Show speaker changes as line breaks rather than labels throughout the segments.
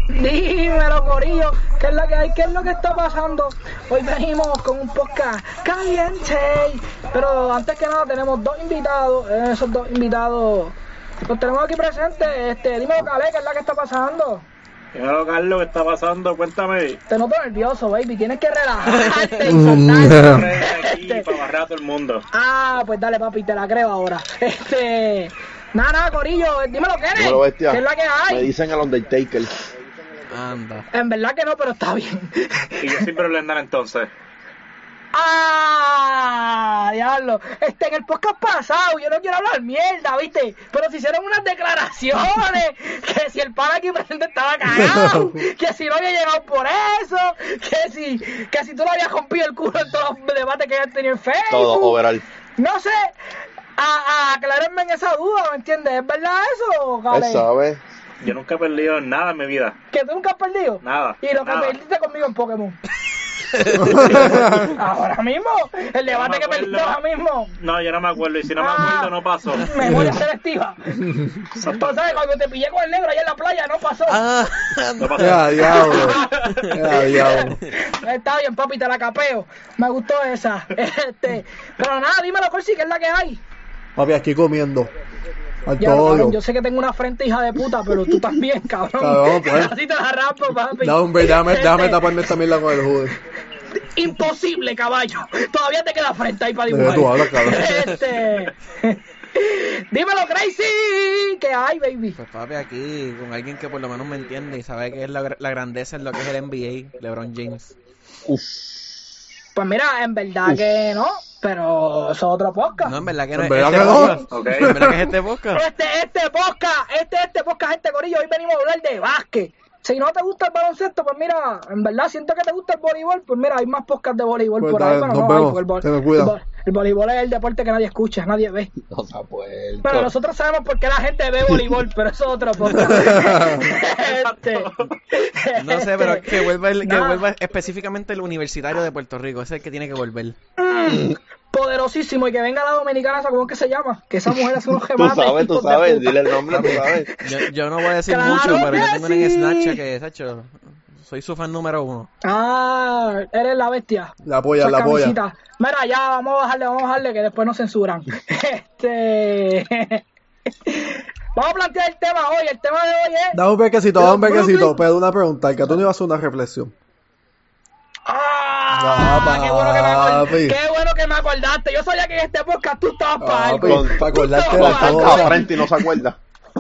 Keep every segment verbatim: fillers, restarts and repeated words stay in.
Dímelo, corillo, ¿qué es la que hay? ¿Qué es lo que está pasando? Hoy venimos con un podcast caliente, pero antes que nada tenemos dos invitados. Esos dos invitados los tenemos aquí presentes. Este, dímelo, Calé, ¿qué es la que está pasando?
Dímelo, Carlos, ¿qué está pasando? Cuéntame.
Te noto nervioso, baby, tienes que relajarte y soltarte.
Aquí para barrar a todo el mundo.
Ah, pues dale, papi, te la creo ahora. Este, nada, nada, corillo, dímelo, ¿qué
Dímelo, bestia.
¿Qué es la que hay?
Me dicen el Undertaker.
Anda.
En verdad que no, pero está bien.
Y yo siempre lo andar entonces.
¡Ah! Diablo. Este, en el podcast pasado, yo no quiero hablar mierda, ¿viste? Pero se hicieron unas declaraciones que si el pan aquí presente estaba cagado, que si no había llegado por eso, que si, que si tú le habías rompido el culo en todos los debates que habían tenido en Facebook.
Todo, overall.
No sé. A, a aclarenme en esa duda, ¿me entiendes? ¿Es verdad eso, Gale?
Él sabe.
Yo nunca he perdido nada en mi vida.
¿Que tú nunca has perdido?
Nada.
¿Y lo
nada.
que perdiste conmigo en Pokémon? Ahora mismo, el debate
no
que perdiste ahora mismo.
No, yo no me acuerdo, y si no me
Ah,
acuerdo no pasó.
Memoria selectiva. Tú sabes, cuando te pillé con el negro allá en la playa, no pasó.
Ah,
No pasó.
Ya, diablo. Ya, diablo.
Está bien, papi, te la capeo. Me gustó esa. Este, pero nada, dímelo, Corsi, ¿qué es la que hay?
Papi, aquí comiendo. Al
Ya,
todo.
cabrón, yo sé que tengo una frente hija de puta, pero tú también, cabrón.
Cabrón, pues.
Así te la raspo, papi.
No, hombre, déjame, déjame
Este,
taparme esta mierda con el hoodie.
Imposible, caballo. Todavía te queda frente ahí para
¿De
dibujar.
qué tú hablas, cabrón?
Este... Dímelo, Crazy. ¿Qué hay, baby?
pues papi, aquí con alguien que por lo menos me entiende y sabe que es la, la grandeza en lo que es el N B A, LeBron James.
Uf.
Pues mira, en verdad
Uf.
que no, pero eso es otro podcast.
No, en verdad que no
¿En
es
verdad
este
que no?
podcast.
Ok.
En verdad que es este podcast.
Este, este podcast, este, este podcast, este corillo, hoy venimos a hablar de básquet. Si no te gusta el baloncesto, pues mira, en verdad siento que te gusta el voleibol, pues mira, hay más podcasts de voleibol
Pues
por
dale,
ahí. Bueno,
nos
no,
vemos.
hay, pues el, vo-
Te me cuida.
el vo- el voleibol es el deporte que nadie escucha, nadie ve.
No se ha puesto.
Bueno, nosotros sabemos por qué la gente ve voleibol, pero eso es otro podcast. Este,
No sé, pero que vuelva, el, que
Nada.
vuelva específicamente el universitario de Puerto Rico. Ese es el que tiene que volver.
Mm, poderosísimo, y que venga la dominicana, esa, ¿cómo es que se llama? Que esa mujer hace unos
Tú
gemates.
sabes, tú
hijos de
sabes.
puta.
Dile el nombre, tú sabes.
Yo, yo no voy a decir
Claro
mucho, pero
que
yo tengo una en
sí.
Snapchat que, Sacho, soy su fan número uno.
Ah, eres la bestia.
La polla,
Esas
la polla.
camisitas. Mira, ya, vamos a bajarle, vamos a bajarle, que después nos censuran. Este... Vamos a plantear el tema hoy. El tema de hoy es...
Dame un bequecito, dame un
Brooklyn-
bequecito. Pero una pregunta, que tú no ibas a hacer una reflexión.
¡Ah!
Ah,
¡Qué bueno que me acor-
papi.
¡Qué bueno que me acordaste! Yo sabía que en este podcast tú estabas para algo.
Papi, para acordarte
Tú
de
estabas
todo.
para
Tanta
algo.
frente y no se acuerda.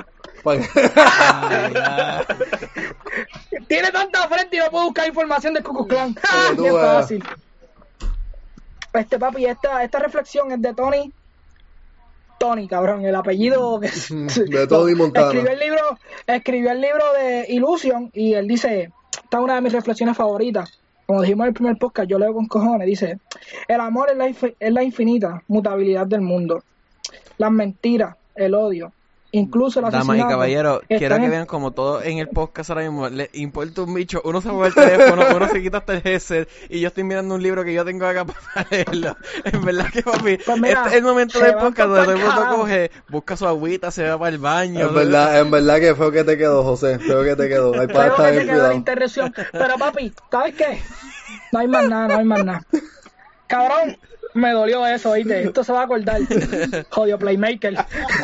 Tiene tanta frente y no puedo buscar información del Ku Klux Klan.
Oye, tú
¡Qué
veas.
fácil! Este papi, esta, esta reflexión es de Tony. Tony, cabrón, el apellido que
De Tony Montana.
Escribió el libro, escribió el libro de Illusion y él dice, esta es una de mis reflexiones favoritas. Como dijimos en el primer podcast, yo leo con cojones, dice, el amor es la, infi- es la infinita mutabilidad del mundo. Las mentiras, el odio, incluso el asesinato.
Damas y caballeros,
están
quiero que
en-
vean como todo en el podcast ahora mismo le importa un bicho. Uno se mueve el teléfono, uno se quita hasta el headset y yo estoy mirando un libro que yo tengo acá para leerlo. En verdad que, papi,
Pues mira,
este es el momento
se
del
va
podcast
por
donde todo el mundo
carajo.
coge, busca su agüita, se va para el baño.
En verdad, en verdad que feo que te quedó, José. Feo que te quedó. Hay para
Creo
estar
que
bien
se quedó la
cuidado.
interrupción. Pero papi, ¿sabes qué? No hay más nada, no hay más nada. Cabrón, me dolió eso, ¿oíste? Esto se va a acordar. Jodido Playmaker.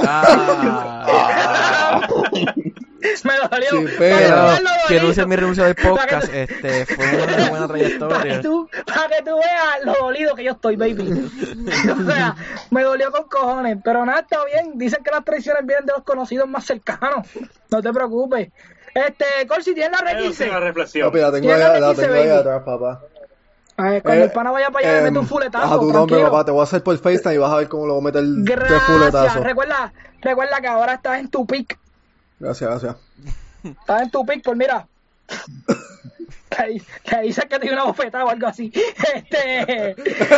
Ah,
Me dolió.
Sí,
Para
pero-
que tú veas lo
quiero
dolido.
anunciar mi renuncia del
Para que
podcast.
tú-
Este fue una buena
Para que,
trayectoria.
tú, para que tú veas lo dolido que yo estoy, baby. O sea, me dolió con cojones. Pero nada, está bien. Dicen que las traiciones vienen de los conocidos más cercanos. No te preocupes. Este, Corsi, ¿tienes la
Esa es
requise?
la reflexión.
Papi, la tengo
¿Quién
ahí,
la
la
requise,
tengo ahí
baby?
atrás, papá.
A ver, cuando
Eh,
el pana vaya para allá, le
em,
mete un fuletazo.
A tu nombre,
tranquilo.
papá. Te voy a hacer por FaceTime y vas a ver cómo lo voy a meter de
Gracias.
fuletazo.
Recuerda, recuerda que ahora estás en tu pick.
Gracias, gracias.
Estás en tu pick, pues mira. Que, que dices que te dio una bofetada o algo así. Este.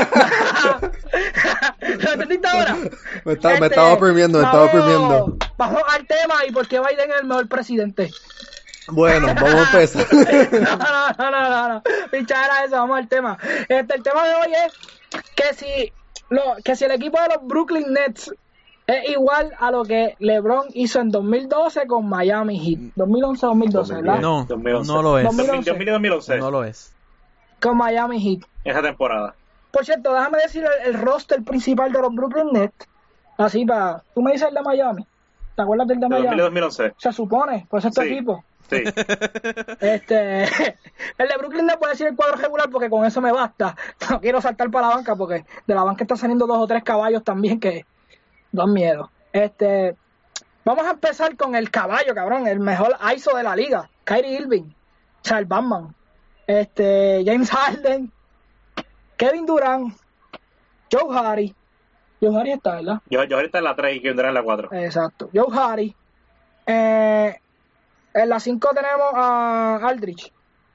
¿Lo entendiste ahora?
Me, está- me
Este,
estaba oprimiendo, me estaba
vamos-
oprimiendo.
Vamos al tema y por qué Biden es el mejor presidente.
Bueno, vamos a empezar.
No, no, no, no, no, no. Pichara eso, vamos al tema. Este, el tema de hoy es que si, lo, que si el equipo de los Brooklyn Nets Es igual a lo que LeBron hizo en dos mil doce con Miami Heat. dos mil once dos mil doce, ¿verdad?
No,
dos mil once.
no lo es.
dos mil once.
dos mil y dos mil once.
No lo es.
Con Miami Heat.
Esa temporada.
Por cierto, déjame decir el, el roster principal de los Brooklyn Nets. Así para... Tú me dices el de Miami. ¿Te acuerdas del de
De dos mil y
Miami?
dos mil once.
Se supone, por eso es tu
Sí.
equipo.
Sí.
Este, el de Brooklyn Nets puede decir el cuadro regular porque con eso me basta. No quiero saltar para la banca porque de la banca están saliendo dos o tres caballos también que dan miedo. Este, vamos a empezar con el caballo, cabrón, el mejor I S O de la liga, Kyrie Irving, o sea, el Batman. Este, James Harden, Kevin Durant, Joe Harry. Joe Harry está, ¿verdad?
Yo, yo ahorita en la tres y Kevin Durant en la cuatro.
Exacto. Joe Harry. Eh, en la cinco tenemos a Aldridge.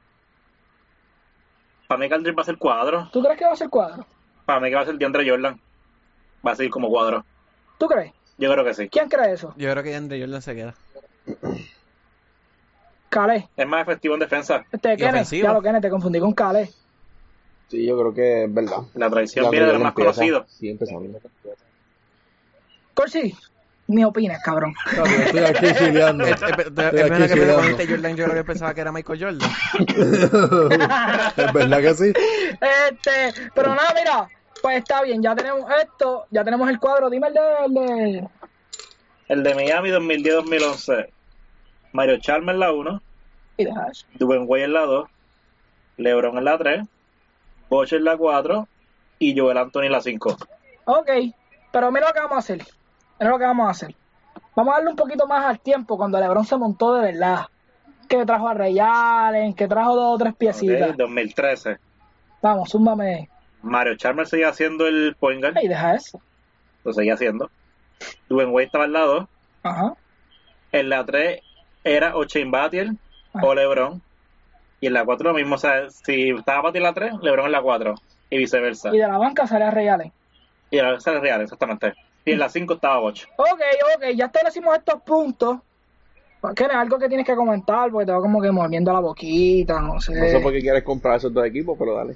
Para mí que Aldridge va a ser cuadro.
¿Tú crees que va a ser cuadro?
Para mí que va a ser DeAndre Jordan. Va a seguir como cuadro.
¿Tú crees?
Yo creo que sí.
¿Quién cree eso?
Yo creo que Andre Jordan se queda.
Calé.
Es más efectivo en defensa.
Este,
Y
Kenneth.
ofensivo.
Ya lo Kenneth, te confundí con Calé.
Sí, yo creo que es verdad.
La traición
La
viene de los
Jordan
más
empieza.
conocidos.
Sí, empezando.
Corsi, ni opinas, cabrón.
Papi, estoy aquí chileando.
Es, es- es- es
Estoy
verdad
aquí
que cuando
chillando.
dijiste Jordan yo creo que pensaba que era Michael Jordan.
¿Es verdad que sí?
Este, pero nada, mira, pues está bien, ya tenemos esto, ya tenemos el cuadro. Dime el de... El de...
El de Miami dos mil diez dos mil once. Mario Chalmers en la uno.
Y deja eso.
Dwayne Wade en la dos. LeBron en la tres. Bosch en la cuatro. Y Joel Anthony en la cinco.
Ok, pero mira lo que vamos a hacer. Mira lo que vamos a hacer. Vamos a darle un poquito más al tiempo cuando LeBron se montó de verdad. Que trajo a Ray Allen, que trajo dos o tres piecitas.
Ok, dos mil trece.
Vamos, zúmbame.
Mario Chalmers seguía haciendo el point guard.
Ay, deja eso.
Lo seguía haciendo. Dwayne Wade estaba al lado.
Ajá.
En la tres era o Shane Battier
Ah.
o LeBron. Y en la cuatro lo mismo. O sea, si estaba Battier en la tres, LeBron en la cuatro. Y viceversa.
Y de la banca sale a Ray Allen.
Y era esa es real, exactamente. Y en la cinco estaba Bosch.
Ok, ok, ya establecimos estos puntos. ¿Qué es algo que tienes que comentar? Porque te va como que moviendo la boquita, no sé.
No sé por qué quieres comprar esos dos equipos, pero dale.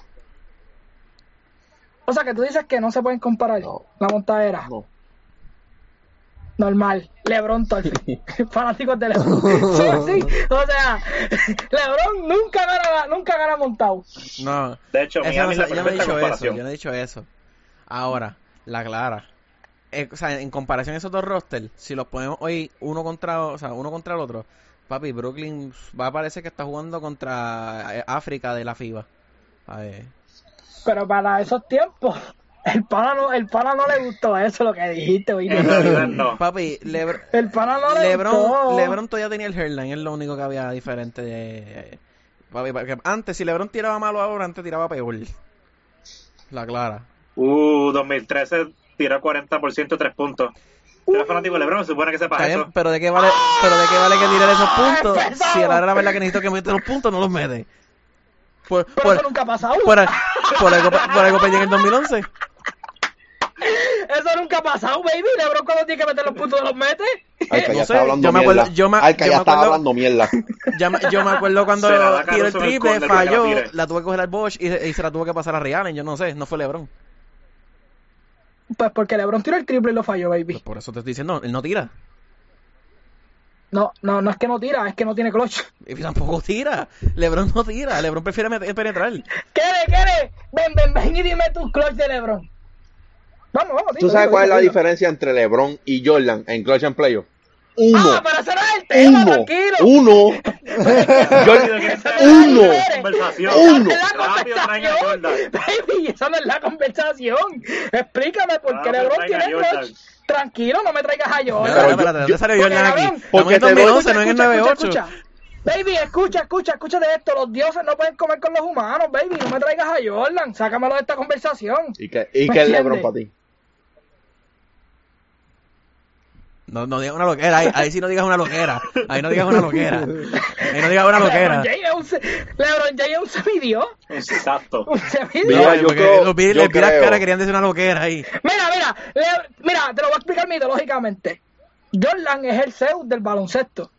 O sea, que tú dices que no se pueden comparar
No.
la montadera.
No.
Normal. LeBron Tolfi. Fanáticos de LeBron. Sí, sí. O sea, LeBron nunca gana, nunca gana montado.
No.
De hecho,
Eso
Miami
no
es
sé,
la
yo no he
perfecta
dicho eso,
comparación.
yo no he dicho eso. Ahora, la clara. Eh, o sea, en comparación a esos dos rosters, si los ponemos hoy uno contra, o sea, uno contra el otro, papi, Brooklyn va a parecer que está jugando contra eh, África de la FIBA. A ver.
Pero para esos tiempos, el pana no, el pana no le gustó eso, lo que dijiste, oye.
En realidad no.
Papi, Lebr-
El pana no le
Lebron,
gustó.
Lebron todavía tenía el hairline, es lo único que había diferente de... Papi, porque antes, si Lebron tiraba malo ahora, antes tiraba peor. La clara.
Uh, dos mil trece tiró cuarenta por ciento de tres puntos. Si eres fanático de LeBron, se supone que sepas
Está bien,
eso.
pero de qué vale, pero de qué vale que tirar esos puntos
empezamos.
si a la hora de la verdad que necesito que mete los puntos, no los mete. Por,
Pero
por,
eso nunca ha pasado.
por, por algo, por algo perdí en el dos mil once.
Eso nunca ha pasado, baby. LeBron cuando tiene que meter los puntos los mete.
Alca
No
ya
sé,
estaba hablando
yo me
mierda.
acuerdo- yo me-
Alca
yo
ya
me
estaba
acuerdo-
hablando mierda.
Ya me- yo me acuerdo cuando
Se la da
tiró el
Caruso en el
triple,
corner para que la
falló,
tire.
la tuve que coger al Bosch y, y se la tuve que pasar a Ray Allen, yo no sé, no fue LeBron.
Pues porque LeBron tiró el triple y lo falló, baby.
Pues por eso te estoy diciendo, él no tira.
No, no, no es que no tira, es que no tiene clutch.
Y tampoco tira. LeBron no tira, LeBron prefiere meter- penetrar.
¿Quieres, quieres? Ven, ven, ven y dime tu clutch de LeBron. Vamos, vamos.
¿Tú
dilo,
sabes
dilo,
cuál es
dilo,
la
dilo.
diferencia entre LeBron y Jordan en Clutch and Playoff? Uno.
Ah, pero ese no es el tema,
Uno.
tranquilo.
Uno.
Rápido, que esa es
Uno.
la conversación.
Uno.
Esa no es la
Rápido, traen a
conversación.
Jordan.
Baby, esa no es la conversación. Explícame por qué
Rápido,
LeBron
traigan
tiene
a Jordan.
clutch. Tranquilo, no me traigas a
Espérate,
Jordan.
Pero
espérate,
yo-
¿dónde salió
porque,
Jordan aquí?
cabrón,
Estamos
porque
en
te
dos mil
doy-
once, no en el noventa y ocho.
escucha. Baby, escucha, escucha, escucha de esto. Los dioses no pueden comer con los humanos, baby. No me traigas a Jordan. Sácamelo de esta conversación.
¿Y qué, y
¿Me
qué es
entiendes?
LeBron para ti?
No, no digas una loquera, ahí, ahí sí no digas una loquera. Ahí no digas una loquera. Ahí no digas una loquera.
LeBron James es un se- LeBron James es un semidios.
Exacto.
Un semidios.
Mira,
No,
yo
porque
creo-
los vi-
yo
les vi las
creo-
caras, querían decir una loquera ahí.
Mira, mira, Le- mira, te lo voy a explicar mitológicamente. Jordan es el Zeus del baloncesto.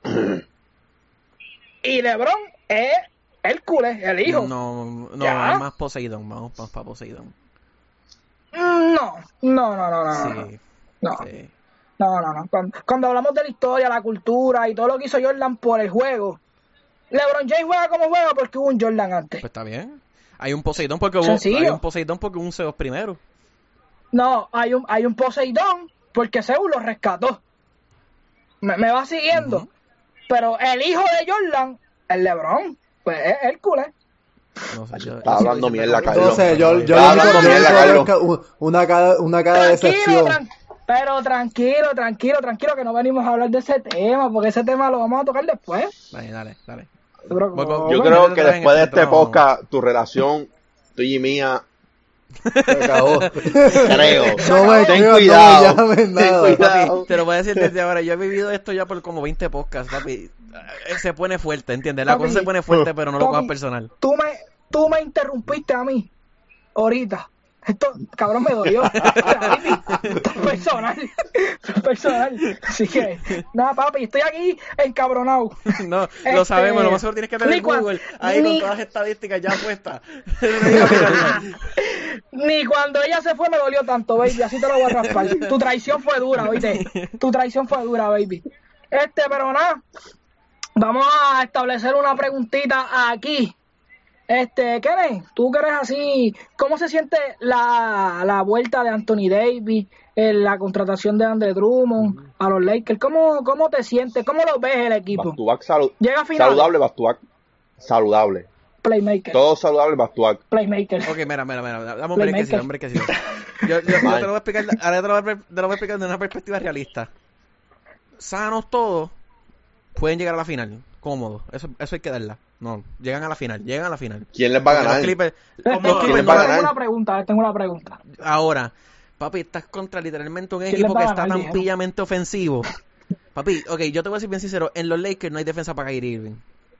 Y LeBron es Hércules, el hijo.
No, no,
¿Ya?
es más Poseidón, vamos más para Poseidón.
No, no, no, no, no. no.
Sí.
No.
Sí.
No, no, no. Cuando, cuando hablamos de la historia, la cultura y todo lo que hizo Jordan por el juego, LeBron James juega como juega porque hubo un Jordan antes.
Pues está bien. Hay un Poseidón porque hubo,
Sencillo.
hay un Poseidón porque hubo un Zeus primero.
No, hay un, hay un Poseidón porque Zeus lo rescató. Me, me va siguiendo.
Ujú.
Pero el hijo de Jordan, el LeBron, pues es Hércules.
No sé, yo-
Está
yo
hablando
sigo diciendo
mierda,
que-
Carlos.
Entonces, yo, yo
Está
lo único
hablando
yo
mierda,
lo único
Carlos.
que es un- una cara, una cara de
Tranquilo,
decepción.
tran- pero tranquilo, tranquilo, tranquilo, que no venimos a hablar de ese tema, porque ese tema lo vamos a tocar después.
Dale, dale, dale.
Pero
Voy- voy-
como-
Yo
Bueno,
creo
yo
que
también
después de
estoy
este
todo-
podcast, tu relación, tuya y mía,
Se acabó.
creo.
No me
Ten
escribas,
cuidado.
no me llames
Ten
nada.
cuidado.
Papi, te lo voy a decir desde ahora. Yo he vivido esto ya por como veinte podcasts, papi. Eh, Se pone fuerte, ¿entiendes? La
Papi,
cosa se pone fuerte, pero no lo
papi,
cojas personal.
Tú me, tú me interrumpiste a mí ahorita. Esto, cabrón, me dolió. Esto es personal. Esto es personal. Así que, nada, papi, estoy aquí encabronado.
No,
Este,
lo sabemos. Lo más seguro tienes que tener
ni cuan-
Google ahí
ni-
con todas las estadísticas ya puestas.
Ni cuando ella se fue me dolió tanto, baby. Así te lo voy a raspar. Tu traición fue dura, oíste. Tu traición fue dura, baby. Este, pero nada. Vamos a establecer una preguntita aquí. Este, Kenneth, tú que eres así, ¿cómo se siente la, la vuelta de Anthony Davis, en la contratación de Andre Drummond a los Lakers? ¿Cómo, cómo te sientes? ¿Cómo lo ves el equipo?
Back to back salu-
Llega a final.
saludable, back to back saludable.
Playmaker.
Todo saludable, back to back.
Playmaker.
Ok, mira, mira, mira. Dame un break que sí,
Playmaker.
dame un break que sí. Yo, yo, yo te lo voy a explicar, ahora te lo voy a, te lo voy a explicar de una perspectiva realista. Sanos todos, pueden llegar a la final, cómodo. Eso, eso hay que darla. No, llegan a la final, llegan a la final.
¿Quién les va a
Porque
ganar?
Los Clippers,
Les
los
tengo,
Clippers
les
no
va a
van-
ganar?
tengo una pregunta, les tengo una pregunta.
Ahora, papi, estás contra literalmente un
¿Quién
equipo
les va
que
a
está
ganar,
tan
dijeron?
pillamente ofensivo. Papi, ok, yo te voy a decir bien sincero, en los Lakers no hay defensa para Kyrie Irving.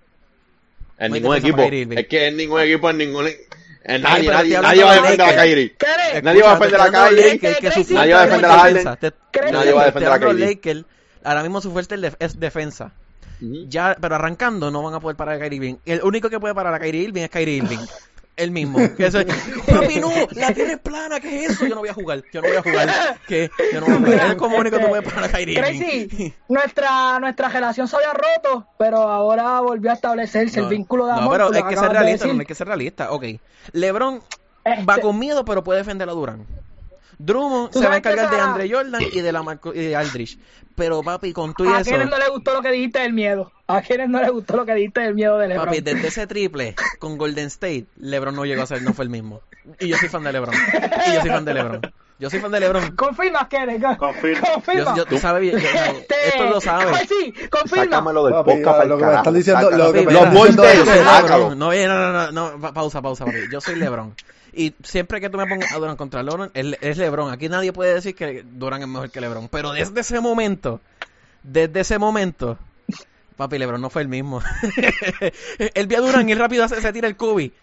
En
No hay
ningún
defensa
equipo.
para Kyrie Irving.
Es que en ningún equipo, en ningún. En
Ay,
nadie,
pero
nadie,
estoy
nadie va a
hablando de
defender a
Lakers.
Kyrie.
¿Qué?
Nadie va a defender a
Escucha, te estoy hablando de
Kyrie.
Lakers, que su
Nadie
fuerte
va a
es
defender a Harden.
defensa. Te-
Nadie
te
va a
estoy
defender a
hablando de
Kyrie.
Lakers, ahora mismo su fuerte es def- es defensa.
Ujú.
Ya, pero arrancando no van a poder parar a Kyrie Irving. El único que puede parar a Kyrie Irving es Kyrie Irving. El mismo. Que eso es, papi, no, la tierra es plana, ¿qué es eso? Yo no voy a jugar, yo no voy a jugar. ¿Qué? Yo no voy a jugar. Es como único que puede parar a Kyrie Irving.
Crazy, nuestra, nuestra relación se había roto, pero ahora volvió a establecerse el
No,
vínculo de amor.
No, pero
tú lo
hay que ser
acabas de
realista,
decir.
no hay que ser realista. Ok. LeBron
Este-
va con miedo, pero puede defender a Durant. Drummond
¿Tú
se va a
sabes que
encargar de
esa-
Andre Jordan y de la Marco, y de Aldridge. Pero papi, con tú y
¿A
eso,
quienes no le gustó lo que dijiste del miedo? ¿A quienes no le gustó lo que dijiste del miedo de LeBron?
papi, desde ese triple con Golden State, LeBron no llegó a ser, no fue el mismo. Y yo soy fan de LeBron. Y yo soy fan de LeBron. Yo soy fan de LeBron.
¿Confirmas, Kenneth?
Confirmo.
Confirma.
Yo, yo, tú sabes bien, yo-
Este,
esto lo sabes.
ay, sí, confirma.
Sácamelo del
Papi,
podcast para
lo
el
que me
carajo.
están diciendo-
Sácalo.
lo que me
Papi,
están
Los
diciendo
Bulls,
es
yo soy
que-
sácalo.
LeBron. No, no, no, no, no, pa- pausa, pausa, papi. Yo soy LeBron. Y siempre que tú me pongas a Durant contra LeBron, es, es LeBron. Aquí nadie puede decir que Durant es mejor que LeBron. Pero desde ese momento, desde ese momento, papi, LeBron no fue el mismo. Él vio a Durant y él rápido se, se tira el cubi.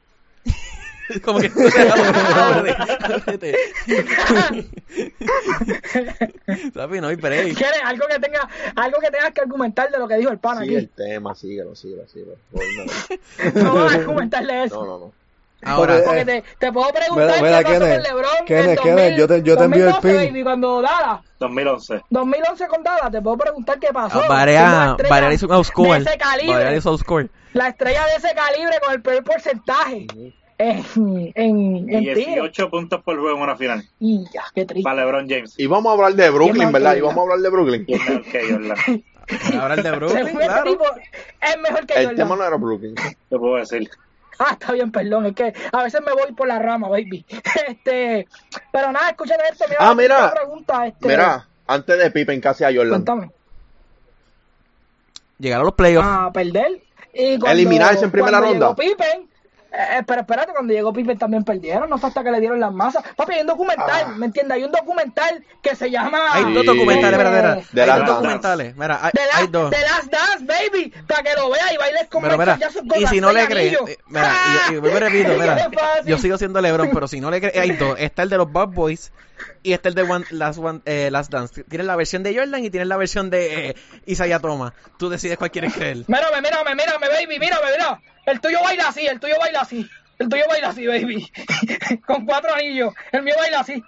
Como que papi, no hay break.
¿Quieres algo que tenga, algo que tengas que argumentar de lo que dijo el pana
Sigue
aquí?
el tema, síguelo, síguelo, síguelo. Voy, no,
No vas a argumentar de eso.
no, no, no.
Ahora,
Porque-
Porque te, te puedo preguntar
Mira,
qué
mira,
pasó con
Kenneth,
LeBron
Kenneth,
en
Kenneth, yo te- yo te envío el
dos mil doce,
pin.
baby, cuando Dallas,
dos mil once.
dos mil once con Dallas, te puedo preguntar qué pasó.
Ah,
Siendo la
Varea,
estrella
Varea hizo un outscore.
de ese calibre,
Varea hizo outscore.
la estrella de ese calibre con el peor porcentaje en, en, en tiro.
dieciocho puntos por juego en una final.
Y ya, qué triste.
Para LeBron James.
Y vamos a hablar de Brooklyn,
mejor
¿verdad?
que
Y vamos a hablar de Brooklyn.
Y es mejor que Jordan.
Ahora el de Brooklyn,
Según este
claro.
tipo, es mejor que
El
Jordan.
tema no era Brooklyn.
Te puedo decir.
Ah, está bien, perdón, es que a veces me voy por la rama, baby. Este, pero nada, escuchen esto. Mira,
Ah, mira.
esta pregunta, este,
Mira, antes de Pippen casi a Jordan.
cuéntame.
Llegaron los playoffs.
A perder. Y cuando,
Eliminarse en primera
cuando
ronda.
Llegó Pippen, eh, pero espérate, cuando llegó Pippen también perdieron, no fue hasta que le dieron las masas. Papi, hay un documental,
Ah.
¿me entiendes? Hay un documental que se llama...
Hay
Sí.
dos documentales,
Eh,
verdadera.
De
Hay
Last
dos
Dance.
documentales. Mira, hay,
The
hay
Last,
dos.
The Last Dance, baby, para que lo veas y bailes con
Pero mira,
Michael Jackson con
y
las
si no le
seis
crees,
anillos.
eh, mira, y, y vuelvo y repito, mira,
Qué fácil.
yo sigo siendo LeBron, pero si no le crees, hay dos. Está el de los Bad Boys y está el de One, Last, One, eh, Last Dance. Tienes la versión de Jordan y tienes la versión de eh, Isaiah Thomas. Tú decides cuál quieres creer.
Mírame, mírame, mírame, baby, mírame, mira. El tuyo baila así, el tuyo baila así. El tuyo baila así, baby. Con cuatro anillos. El mío baila así.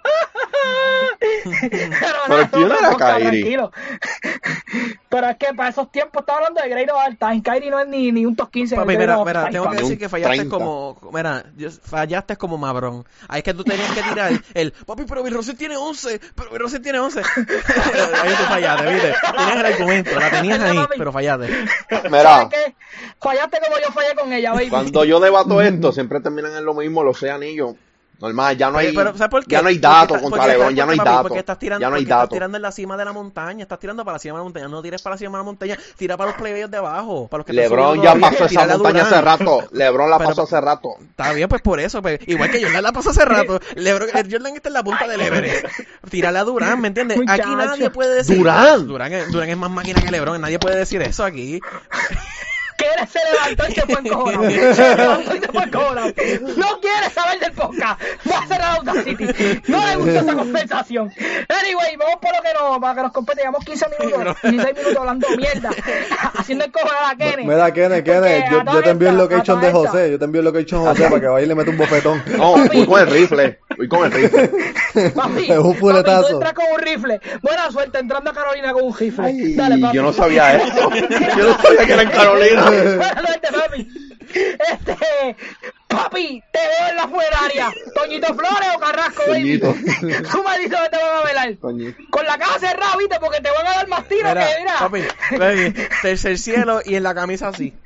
Pero,
Pero el tío no era
Oscar,
Kyrie.
tranquilo. Pero es que para esos tiempos estaba hablando de Great of All Time. Kyrie no es ni, ni un top quince.
Papi,
en el
mira,
Great of
mira,
All
tengo
Time,
que
papi.
decir que fallaste
treinta.
como, mira, yo- fallaste como Mabrón. Ahí es que tú tenías que tirar el, papi, pero Bill Russell tiene once, pero Bill Russell tiene once. Ahí tú fallaste, ¿viste? Tenías el argumento, la tenías ahí, pero fallaste.
Mira,
¿Sabes qué? Fallaste como yo fallé con ella, baby.
cuando yo debato esto, siempre terminan en lo mismo los seis anillos. Normal, ya no hay,
Pero, ¿sabes por qué?
ya no hay
Porque
datos
está-
contra
porque
LeBron,
estás-
ya no hay
papi,
datos.
Porque estás tirando,
Ya no hay
porque estás
datos.
tirando en la cima de la montaña, estás tirando para la cima de la montaña, no tires para la cima de la montaña, tira para los plebeyos de abajo, para los que están
LeBron
subiendo
ya
todavía,
pasó esa
tírale a
montaña
Durant.
hace rato. LeBron la
Pero-
pasó hace rato.
Está bien, pues por eso, pues, igual que Jordan la pasó hace rato, LeBron, Jordan está en la punta del Everest. Tírale a Durán, ¿me entiendes? Aquí
Muchacho.
nadie puede decir...
Durant.
Durán es, Durán es más máquina que LeBron, nadie puede decir eso aquí.
Que él se levantó y se fue encojonado. Se levantó y se fue encojonado. No quiere saber del podcast. Va a cerrar Audacity. No le gustó esa conversación. Anyway, vamos por lo que nos, para que nos compete. Llevamos quince minutos, dieciséis minutos hablando mierda. Haciendo encojonar a Kenny.
Mira, Kenneth, Kenneth, yo, yo te envío el location de
José.
José, yo te envío el location de José para que vaya y le meta un bofetón.
No, voy con el rifle. Voy con el rifle.
Papi,
Es un
papi,
fuletazo.
tú entras con un rifle. Buena suerte entrando a Carolina con un rifle.
Ay,
Dale, papi.
yo no sabía eso. Yo no sabía que era en Carolina.
Buena suerte, papi. Este, papi, te veo en la funeraria. Toñito Flores o Carrasco, baby.
Toñito.
Tú me dices que te van a velar.
Toñito.
Con la caja cerrada, viste, porque te van a dar más tiros
Mira,
que, mira.
papi, baby, tercer cielo y en la camisa así.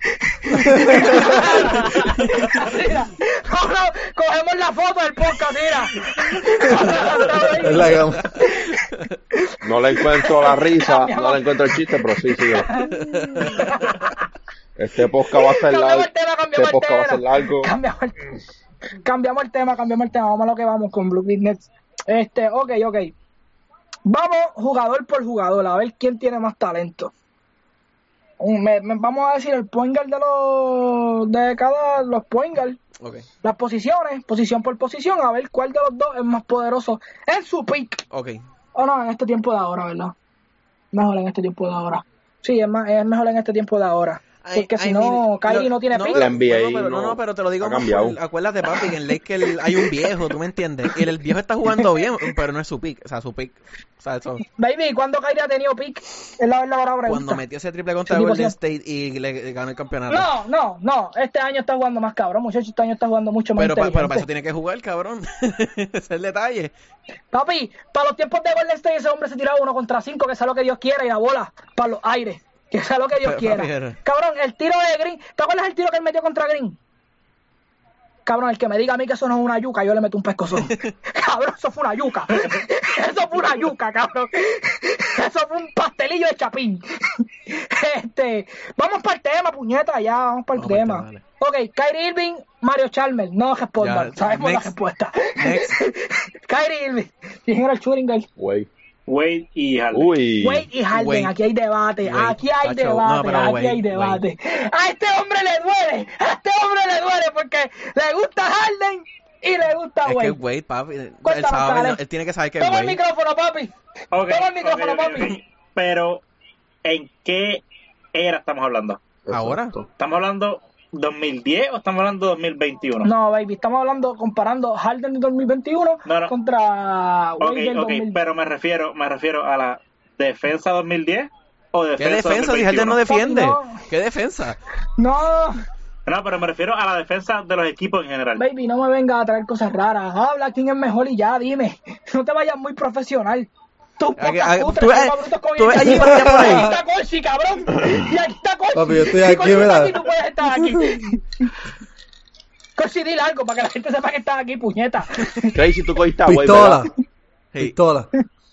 Mira, no, no, cogemos la foto del podcast, mira.
Es la gama.
No le encuentro la risa, no le encuentro el chiste, pero sí, sí. Este podcast va a ser
Cambiamos
largo.
el tema,
Este
cambiamos el
podcast va a ser
tema.
largo.
Cambiamos el, cambiamos el tema, cambiamos el tema. Vamos a lo que vamos con Blue Nets. Este, ok, ok. Vamos jugador por jugador, a ver quién tiene más talento. Un- me- me- vamos a decir el point guard de los de cada los point guard,
Ok,
las posiciones, posición por posición, a ver cuál de los dos es más poderoso en su pick.
ok.
O no, en este tiempo de ahora, ¿verdad? Mejor en este tiempo de ahora. Sí, es, más, es mejor en este tiempo de ahora.
Ay,
Porque si
ay,
no,
mira,
Kyrie
lo-
no tiene pick.
La N B A
bueno, pero, no,
no
no, pero te lo digo
ha
más
cambiado.
por- acuérdate, papi, que en Lakers hay un viejo, ¿tú me entiendes? Y el viejo está jugando bien, pero no es su pick, o sea, su pick, o sea, eso,
Baby, ¿cuándo Kyrie ha tenido pick? Es la verdad ahora
cuando
pregunta.
metió ese triple contra
Sí, tipo,
Golden
sí.
State y le, le ganó el campeonato.
No, no, no. Este año está jugando más cabrón, muchachos. Este año está jugando mucho más
pero, pa- pero
inteligente.
para eso tiene que jugar, cabrón. Ese es el detalle.
Papi, para los tiempos de Golden State ese hombre se tiraba uno contra cinco, que sea lo que Dios quiera, y la bola para los aires. Que sea lo que Dios
Pero,
quiera.
papi, era-
Cabrón, el tiro de Green. ¿Te acuerdas el tiro que él metió contra Green? Cabrón, el que me diga a mí que eso no es una yuca, yo le meto un pescozón. Cabrón, eso fue una yuca. Eso fue una yuca, cabrón. Eso fue un pastelillo de chapín. Este, vamos para el tema, puñeta, ya, vamos para el
Vamos pa'l
tema.
tema, dale.
Ok, Kyrie Irving, Mario Chalmers, no respondan,
Ya,
sabemos
next.
la respuesta.
Next.
Kyrie Irving, ¿quién era el shooting guard?
Güey.
Wade y Harden.
Uy.
Wade y Harden,
Wade.
aquí hay debate,
Wade.
aquí hay
Tacho,
debate,
no, pero
aquí
Wade,
hay debate. A este hombre le duele, a este hombre le duele porque le gusta Harden y le gusta
Es
Wade.
que Wade, papi, él,
Cuéntanos,
sabe,
dale.
él tiene que saber que es
Toma el
Wade.
micrófono, papi.
Ok,
Toma el micrófono,
ok, ok,
papi.
ok. Pero, ¿en qué era estamos hablando?
Ahora.
Exacto.
¿Estamos hablando dos mil diez o estamos hablando dos mil veintiuno?
No, baby, estamos hablando, comparando Harden del dos mil veintiuno
No, no.
contra
Ok,
Wade del
ok,
dos mil.
pero me refiero, me refiero a la defensa dos mil diez o
¿Qué
defensa
defensa si Harden no
dos mil veintiuno.
defiende?
Papi, no.
¿Qué defensa?
No,
No, pero me refiero a la defensa de los equipos en general.
baby, no me vengas a traer cosas raras. Habla quién es mejor y ya, dime. No te vayas muy profesional. Tú,
Aquí-
pocas
aquí-
putres,
tú ves-
como brutos con
tú ves
el-
allí para allá por ahí.
Aquí está Corsi, cabrón. Y aquí está Corsi.
Papi, yo estoy
Si
aquí,
Corsi está
mira.
aquí, tú puedes estar aquí. Corsi, dile algo para que la gente sepa que estás aquí, puñeta.
Crazy, tú cogiste a Wade,
Pistola.
¿verdad?
Sí.
Pistola.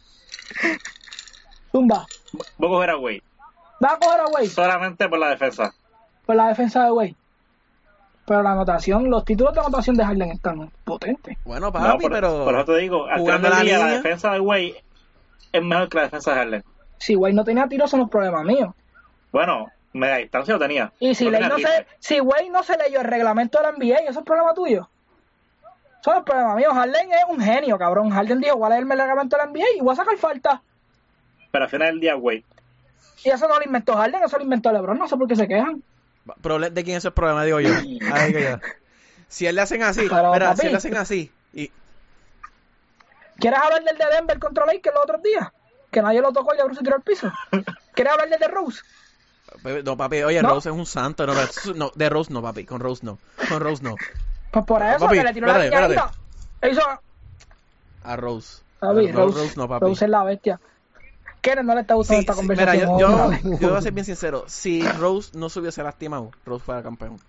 Zumba.
Voy a coger a Wade.
Va a coger a Wade
Solamente por la defensa.
por la defensa de Wade. Pero la anotación, los títulos de anotación de Harden están potentes.
Bueno,
No,
papi,
por,
pero...
por eso te digo, al final
jugando
del
la
día, la
línea.
defensa de Wade es mejor que la defensa de Harden.
Si Wade no tenía tiros, son los problemas míos.
Bueno, media distancia lo tenía.
Y si,
No
Ley
tenía
no
rifle.
se, si Wade no se leyó el reglamento de la N B A, ¿eso es problema tuyo? Eso no es problema mío. Harden es un genio, cabrón. Harden dijo, voy a leerme el reglamento de la N B A y voy a sacar falta.
Pero al final del día, Wade.
Y eso no lo inventó Harden, eso lo inventó LeBron. No sé por qué se quejan.
Proble- ¿De quién es el problema? Digo yo. Ahí que yo. Si él le hacen así,
Pero,
mira,
papi,
si él le hacen así, y
¿quieres hablar del de Denver contra Lakers los otros días? Que nadie lo tocó y LeBron se tiró al piso. ¿Quieres hablar del de Rose?
no, papi, oye,
¿No?
Rose es un santo, no, no, de Rose no, papi, con Rose no, con Rose no,
Pues por eso,
Papi,
que le tiró
espérate,
la piñadita. Hizo...
a Rose.
Papi,
A
Rose,
Rose no, papi.
Rose es la bestia. Kenneth no le está gustando
Sí,
esta
sí,
conversación.
mira, yo,
otra
yo,
vez.
yo voy a ser bien sincero. Si Rose no se hubiese lastimado, Rose fuera campeón.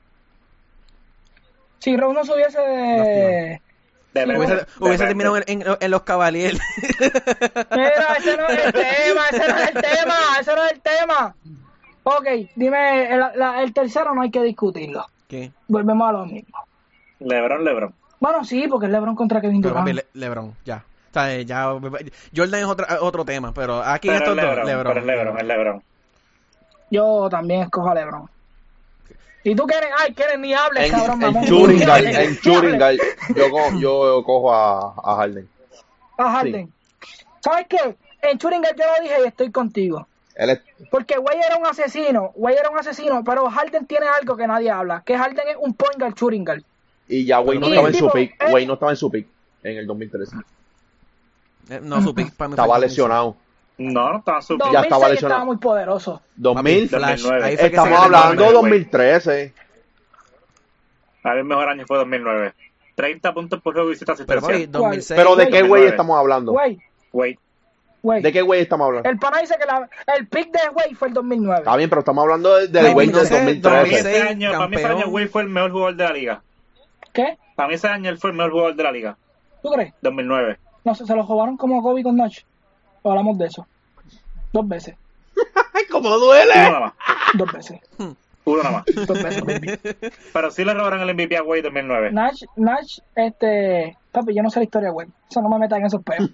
Si Rose no se hubiese...
De
Hubiese,
repente-
hubiese
de
terminado en, en- en los Cavaliers.
Mira, ese no es el tema, ese no es el tema, ese no es el tema. Ok, dime, el, la- el tercero no hay que discutirlo.
¿Qué?
Volvemos a lo mismo.
LeBron, LeBron.
Bueno, sí, porque es LeBron contra Kevin
Pero
Durant.
papi, Le- LeBron, ya. O sea, eh, ya. Jordan es otro, otro tema, pero aquí
Pero
estos
es
dos,
LeBron,
LeBron.
pero es LeBron, es LeBron.
Yo también escojo a LeBron. ¿Y tú quieres? Ay, quieres ni hables,
En,
cabrón,
en
mamón.
Churingal,
Ni hables,
en
ni
Churingal,
hables.
yo, co- yo cojo a, a Harden.
A Harden. ¿Sabes qué? En Churingal yo lo dije y estoy contigo.
Él es,
Porque Wade era un asesino, Wade era un asesino, pero Harden tiene algo que nadie habla, que Harden es un point guard Churingal.
y ya Wade no
Y
estaba
el
en su
tipo,
pick.
eh.
Wade no estaba en su pick en el dos mil trece.
Eh, No, su pick para mí fue
Estaba
el
lesionado.
No, no estaba súper.
Ya
dos mil seis
estaba lesionado.
estaba muy poderoso.
dos mil.
Flash.
dos mil nueve.
Ahí fue que
Estamos
se-
hablando de
Wade.
dos mil trece.
A mí el mejor año fue dos mil nueve. treinta puntos por juego y siete
Pero papi,
asistencias.
dos mil seis.
Pero ¿de qué
dos mil
Wade
nueve.
estamos hablando?
Wade,
Wade.
Wade.
¿De qué Wade estamos hablando?
El pana dice que la, el pick de Wade fue el dos mil nueve.
Está bien, pero estamos hablando de- del
dos
Wade
mil
del
doce,
dos mil
Para mí
trece.
ese año, para mí ese
campeón.
año Wade fue el mejor jugador de la liga.
¿Qué?
Para mí ese año él fue el mejor jugador de la liga.
¿Tú crees?
dos mil nueve.
No sé, se lo robaron como a Kobe con Nash. Hablamos de eso. Dos veces.
¡Ay, cómo
Uno
duele!
nada más.
Dos veces.
Uno nada más.
Dos veces, baby.
Pero sí le robaron el M V P a Wade dos mil nueve.
Nash, Nash, este... Papi, yo no sé la historia de Wade. Eso no me metan en esos peos.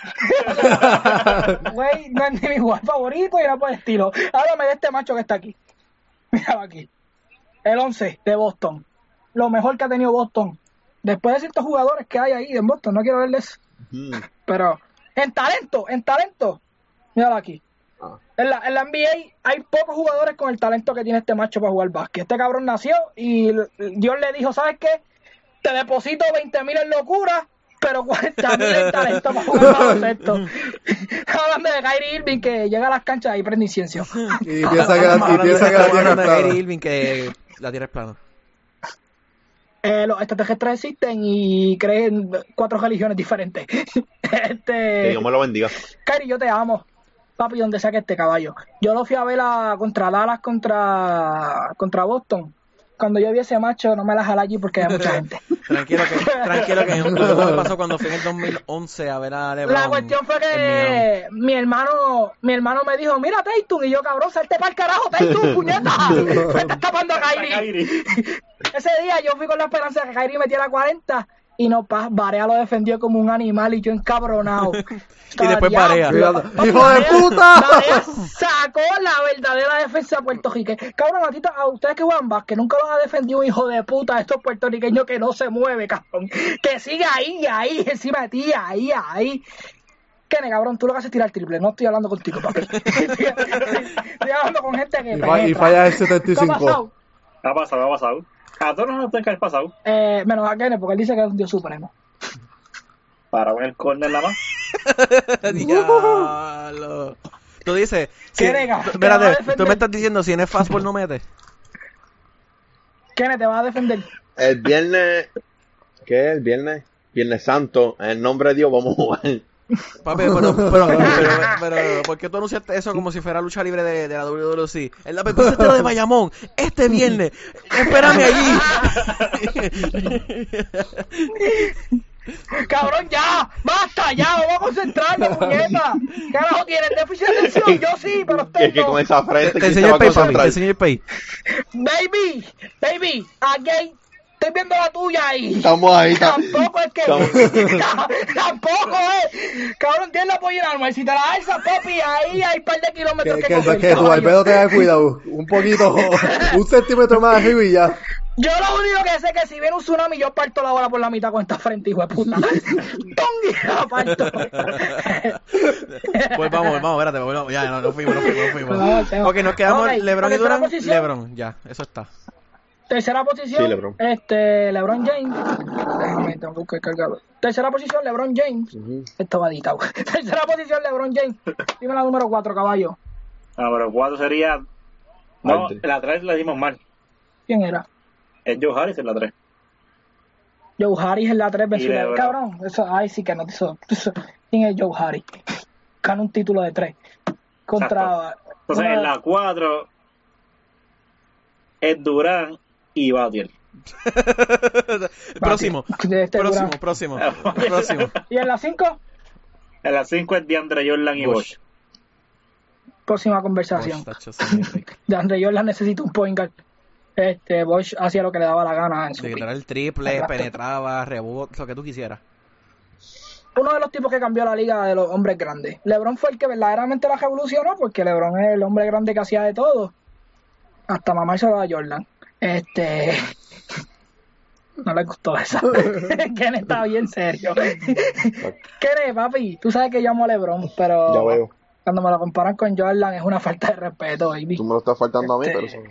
Wade no es ni mi jugador favorito y no por el estilo. Háblame de este macho que está aquí. Míralo aquí. El once de Boston. Lo mejor que ha tenido Boston. Después de ciertos jugadores que hay ahí en Boston. No quiero verles.
Mm.
Pero en talento, en talento. Míralo aquí.
Ah.
En la, en la N B A hay pocos jugadores con el talento que tiene este macho para jugar básquet. Este cabrón nació y l- Dios le dijo, ¿sabes qué? Te deposito veinte mil en locura, pero cuarenta mil en talento para jugar baloncesto. Hablando de Kyrie Irving que llega a las canchas y prende incienso.
Y piensa que la, y piensa que la
Estamos
tierra es
hablando de Kyrie
plana.
Irving que la tierra es plana.
Eh, los extraterrestres existen y creen cuatro religiones diferentes.
Que
este
Dios me lo bendiga.
Kyrie, yo te amo. Papi, donde saque este caballo. Yo lo fui a ver a, contra Dallas, contra, contra Boston. Cuando yo vi ese macho, no me la jalé allí porque había mucha gente.
Tranquilo que, tranquilo que lo mismo me pasó cuando fui en el dos mil once a ver a LeBron.
La cuestión fue
en Miami.
que mi hermano, mi hermano me dijo, mira Tatum, y yo, cabrón, salte para el carajo, Tatum, puñeta. Me estás tapando a Kyrie.
Kyrie.
Ese día yo fui con la esperanza de que Kyrie metiera cuarenta y no, pa, Barea lo defendió como un animal y yo encabronado.
Y después Barea.
Papi,
¡Hijo de
Barea-
puta!
Barea sacó la verdadera defensa puertorriqueña. Cabrón, a, ti, a ustedes que juegan básquet, nunca los ha defendido un hijo de puta de estos puertorriqueños que no se mueve, cabrón. Que sigue ahí, ahí, encima de ti, ahí, ahí. Kene, cabrón, tú lo que haces es tirar triple. No estoy hablando contigo, papi. estoy, estoy hablando con gente que
Y, fa- y
penetra.
falla el
¿Qué ha
setenta y cinco.
pasado?
Ha pasado, ha pasado. A todos nos tienen que haber pasado.
Eh, menos a Kene, porque él dice que es un dios supremo.
Para en el corner nada más.
Diablo. Tú dices, si,
¿Qué nega?
tú-
¿Te va a
espérate,
defender?
tú me estás diciendo si en el fastball no mete.
Kene, te vas a defender.
El viernes. ¿Qué es el viernes? Viernes Santo. En el nombre de Dios vamos a jugar.
Papi, pero, pero, pero, pero, ¿por qué tú anunciaste eso como si fuera lucha libre de, de la W W C? El la Pepsi este de Bayamón, este viernes, espérame allí.
Cabrón, ya, basta, ya, vamos a concentrarnos, puñeta. Carajo, ¿tienes déficit de atención? Yo sí, pero
Es
usted
que
no.
con esa
Te,
frente.
te
¿quién se
enseño
va
el
a
pay, papi, te
concentrar?
enseño el pay.
Baby, baby, aquí hay- estoy viendo la tuya ahí.
Estamos ahí. ta-
Tampoco es que.
Estamos-
Tampoco es. Cabrón, tienes la polla en alma. Si te la alzas, papi, ahí hay un par de kilómetros
Que,
que,
que,
coger,
que tu
caballo.
barbero tenga cuidado. Un poquito, un centímetro más arriba y ya.
Yo lo único que sé es que si viene un tsunami, yo parto la bola por la mitad con esta frente, hijo de puta. ¡Tongi! La parto.
Pues vamos, vamos, espérate, vamos, ya, no, no fuimos, no fuimos, no fuimos.
No, Seba.
Ok, nos quedamos
Ok,
LeBron y
ok,
Durant,
¿la posición?
LeBron, ya, eso está.
Tercera posición,
Sí, LeBron.
este, LeBron James. Déjame, tengo que cargarlo. Tercera posición, LeBron James.
Ujú.
Esto va editado. Tercera posición, LeBron James. Dime la número cuatro, caballo.
Ah, pero cuatro sería. No,
Arte.
la tres la dimos mal.
¿Quién era?
Es Joe Harris en la tres.
Joe Harris en la tres,
Y
Venezuela.
LeBron.
Cabrón, eso, ay, sí que no. Eso, eso. ¿Quién es Joe Harris? Gana un título de tres. Contra.
Entonces
una-
en la cuatro es Durán y Batiel.
próximo,
de este
próximo,
Durant.
próximo, próximo.
Y en la cinco,
En la cinco es DeAndre Jordan y
Bosh.
Bosh.
próxima conversación.
Bosh, tacho, significa.
De Andre Jordan necesita un point guard. Este, Bosch hacía lo que le daba la gana en su
De
pick.
quitar el triple,
Exacto.
penetraba, rebote, lo que tú quisieras.
Uno de los tipos que cambió la liga de los hombres grandes. LeBron fue el que verdaderamente la revolucionó, porque LeBron es el hombre grande que hacía de todo. Hasta mamárselo a Jordan. Este... No le gustó esa. Ken está bien serio. Ken, papi, tú sabes que yo amo a LeBron, pero
Ya veo.
cuando me lo comparan con Jordan es una falta de respeto, baby.
Tú me lo estás faltando a mí,
Este-
pero eso...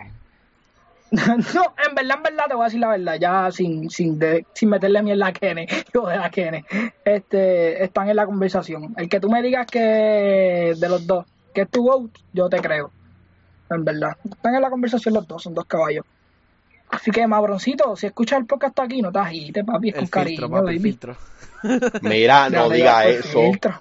No, en verdad, en verdad, te voy a decir la verdad, ya sin sin de, sin meterle mierda a Kene, yo de la Kene, este, están en la conversación. El que tú me digas que de los dos, que es tu vote, yo te creo, en verdad. Están en la conversación los dos, son dos caballos. Así que, Mabroncito, si escuchas el podcast hasta aquí, no te agites, papi, es con
El
cariño,
filtro, papi, el
baby.
filtro.
Mira, no
Dale,
diga
ya,
eso.
filtro.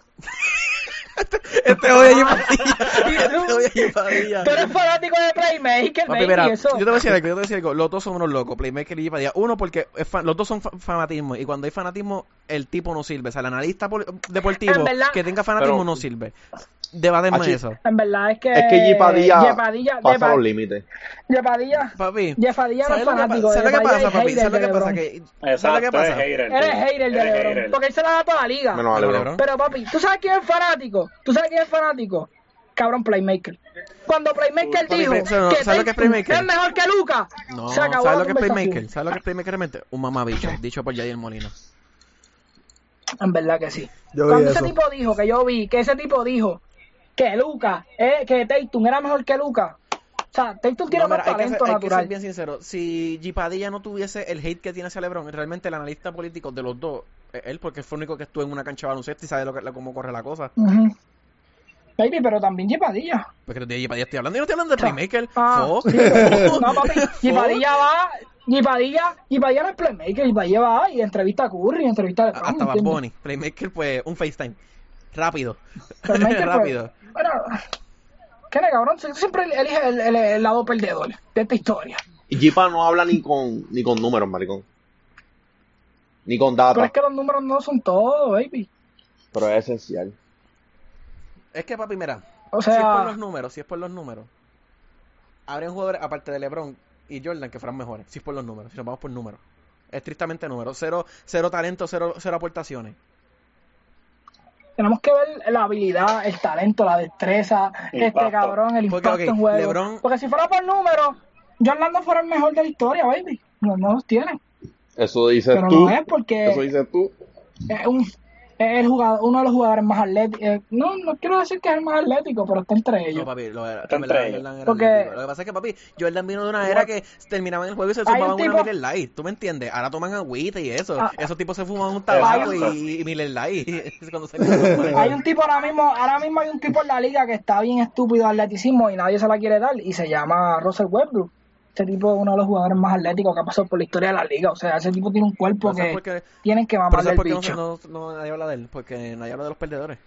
Este oye allí Padilla. Este oye allí Padilla.
Tú eres fanático de Playmaker,
Papi,
baby,
mira,
eso.
yo te voy a decir algo, yo te voy a decir algo. Los dos son unos locos, Playmaker y G. Padilla. Uno, porque es fan- los dos son fa- fanatismo. Y cuando hay fanatismo, el tipo no sirve. O sea, el analista pol- deportivo
En verdad-
que tenga fanatismo
Pero-
no sirve. Debáteme
Achi-
eso.
En verdad es que...
Es que Yepadilla
Yepadilla,
pasa
Yepa-
los límites.
Yepadilla,
Papi,
Yepadilla no es
¿sabes lo que
fanático,
pa- ¿sabes lo que
Yepadilla
pasa,
es
papi?
hater
¿Sabes lo
de
que pasa?
LeBron.
Que, ¿sabes lo
Exacto,
que
es
pasa?
hater.
Eres hater de
Eres
LeBron,
hater.
porque él se la da a toda la liga.
Menos a
Pero
LeBron.
LeBron.
Pero papi, ¿tú sabes quién es fanático? ¿Tú sabes quién es fanático? Cabrón, Playmaker. Cuando Playmaker
Papi,
dijo
pero, ¿sabes lo-
que
¿sabes lo que es
Tatum
Playmaker?
es mejor que Luka,
No,
se acabó
¿sabes
la
lo que es
conversación.
Playmaker? ¿Sabes lo que es Playmaker realmente? Un mamabicho, dicho por Jair Molina.
En verdad que sí.
Yo vi
Cuando ese
eso.
tipo dijo, que yo vi, que ese tipo dijo que Luka, eh, que Tatum era mejor que Luka. O sea, Tatum tiene
No, mira,
más
hay que,
talento
ser, hay que ser
natural.
bien sincero. Si G. Padilla no tuviese el hate que tiene hacia LeBron, realmente el analista político de los dos, es él, porque fue el único que estuvo en una cancha de baloncesto y sabe lo que, la- cómo corre la cosa.
Ujú. Baby, pero también Yepadilla.
Porque de G. Padilla estoy hablando, yo no estoy hablando de Playmaker.
Ah,
Fo.
sí, pero- no, papi, Yepadilla va, Yepadilla, Yepadilla no es Playmaker, Yepadilla va y entrevista a Curry, entrevista a LeBron,
Hasta Bad
¿entiendes?
Bunny. Playmaker, pues, un FaceTime. Rápido.
Playmaker, pues,
Rápido.
bueno, ¿qué le cabrón? Sie- Siempre elige el, el- el lado perdedor de esta historia.
Y Jipa no habla ni con ni con números, maricón. Ni con
Pero
data.
es que los números no son todo, baby.
Pero es esencial.
Es que, papi, mira.
O
si es por
sea,
los números, si es por los números. Habrían jugadores, aparte de LeBron y Jordan, que fueran mejores. Si es por los números, si nos vamos por números. Estrictamente números. Cero, cero talento, cero, cero aportaciones.
tenemos que ver la habilidad, el talento, la destreza, este
Impacto.
cabrón, el
Porque,
impacto
ok,
en juego.
LeBron-
Porque si fuera por números, Jordan no fuera el mejor de la historia, baby. No, no los tiene.
Eso dices
Pero
tú.
no es porque
Eso dices tú.
es un es el jugador, uno de los jugadores más atléticos. eh, no, no quiero decir que es el más atlético, pero está entre ellos.
No, papi, lo era,
Está
en verdad,
entre ellos.
Jordan era
Porque-
atlético. Lo que pasa es que, papi, Jordan vino de una era que terminaban el juego y se
Hay
fumaban
un
una
tipo-
Miller Lite. ¿Tú me entiendes? Ahora toman agüita y eso.
Ah.
Esos tipos se fuman un tabaco
Exacto.
y, y Miller Lite. Cuando salieron
Hay un tipo ahora mismo, ahora mismo hay un tipo en la liga que está bien estúpido de atleticismo y nadie se la quiere dar y se llama Russell Westbrook. Este tipo es uno de los jugadores más atléticos que ha pasado por la historia de la liga. O sea, ese tipo tiene un cuerpo
Pero ¿sabes
que
por qué?
tienen que
Pero
mamarle
¿sabes
el
por qué no,
bicho.
no, no nadie habla de él? Porque nadie habla de los perdedores.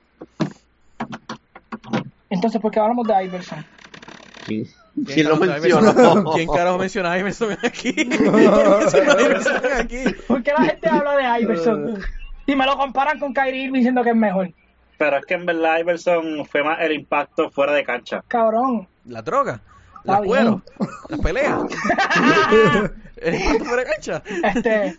Entonces, ¿por qué hablamos de Iverson?
¿Quién, quién lo
carajo
mencionó?
Iverson? ¿Quién carajo menciona a Iverson aquí? ¿Quién menciona a Iverson aquí?
¿Por qué la gente habla de Iverson? Y me lo comparan con Kyrie Irving diciendo que es mejor.
Pero es que en verdad Iverson fue más el impacto fuera de cancha.
Cabrón.
La droga,
Está
las
bien.
cueros, las peleas. El impacto fuera de cancha.
Este.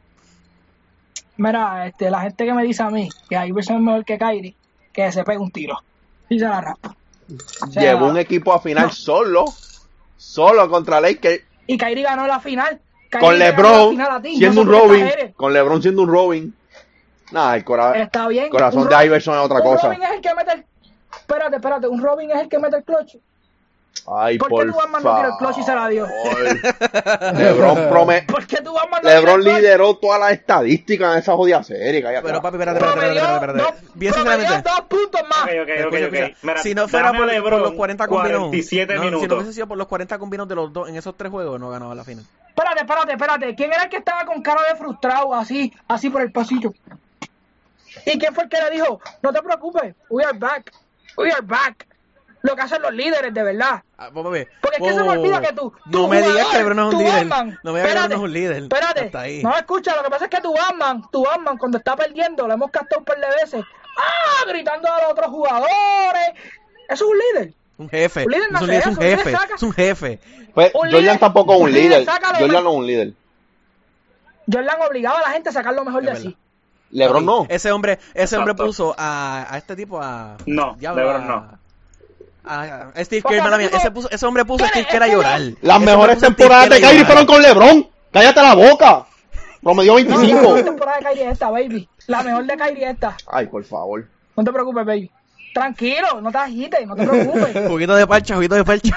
Mira, este, la gente que me dice a mí que Iverson es mejor que Kyrie, que se pegue un tiro. Y se la raspa. O sea,
Llevó un equipo a final
no.
solo. Solo contra Lakers.
Y Kyrie ganó la final. Kyrie
Con
le ganó la
LeBron
final a ti,
siendo
no
un
sé por qué
Robin.
estás eres.
Con LeBron siendo un Robin. Nada, el cora-
Está bien.
corazón
Un
de
Robin-
Iverson es otra
un
cosa.
Robin es el que mete el... Espérate, espérate. Un Robin es el que mete el clutch.
Ay,
¿Por
por
qué tu Batman no tiró el clutch y se la dio?
LeBron prome...
¿Por qué tu Batman no
LeBron
tiró el clutch?
lideró todas las estadísticas en esa jodida serie. Cállate.
Pero papi, espérate, espérate, espérate, espérate, espérate.
Promedió
Bien
dos- promedió
sinceramente.
dos puntos más.
Ok, ok, ok,
Escucha,
ok.
escucha.
Mira,
Si no fuera
dame a
por, por
LeBron
los cuarenta combinados,
cuarenta y siete
no,
minutos.
si no hubiese sido por los cuarenta combinados de los dos en esos tres juegos, no ganaba la final.
Espérate, espérate, espérate. ¿Quién era el que estaba con cara de frustrado, así, así por el pasillo? ¿Y quién fue el que le dijo, no te preocupes, we are back, we are back? Lo que hacen los líderes, de verdad.
Ah, pues, papi,
Porque es que se me olvida que tú, tu
no me digas
jugador,
que LeBron no es un
tu
líder.
Batman,
No me digas que LeBron
espérate,
no es un líder.
Espérate,
Hasta ahí.
no, escucha, lo que pasa es que tu Batman, tu Batman, cuando está perdiendo, lo hemos castado un par de veces, ¡ah! Gritando a los otros jugadores. Eso es un líder.
Un jefe.
Un líder no
Es un,
hace
es un
eso, un líder
jefe.
saca-
Es un jefe.
Pues,
un
Jordan
líder-
tampoco es un
un líder
líder.
saca lo
Jordan
más-
no es un líder.
Jordan obligaba a la gente a sacar lo mejor de
Es
sí.
LeBron no.
Ese hombre, ese hombre
Exacto.
puso a, a este tipo a.
No,
Diablo,
LeBron
a-
no.
A, a Steve
Porque
Kerr, mala mía.
tipo-
Ese, puso, ese hombre puso a
¿Quién
Steve
es?
Kerr a
Es que
llorar.
Las
Ese hombre
mejores
puso a Steve
temporadas de
Kerr a
Kyrie
llorar.
fueron con LeBron. Cállate la boca. Promedió
No,
veinticinco.
la temporada de Kyrie es esta, baby. La mejor de Kyrie es esta.
Ay, por favor.
No te preocupes, baby. Tranquilo, no te agites, no te preocupes.
Juguito de parcha, juguito de parcha.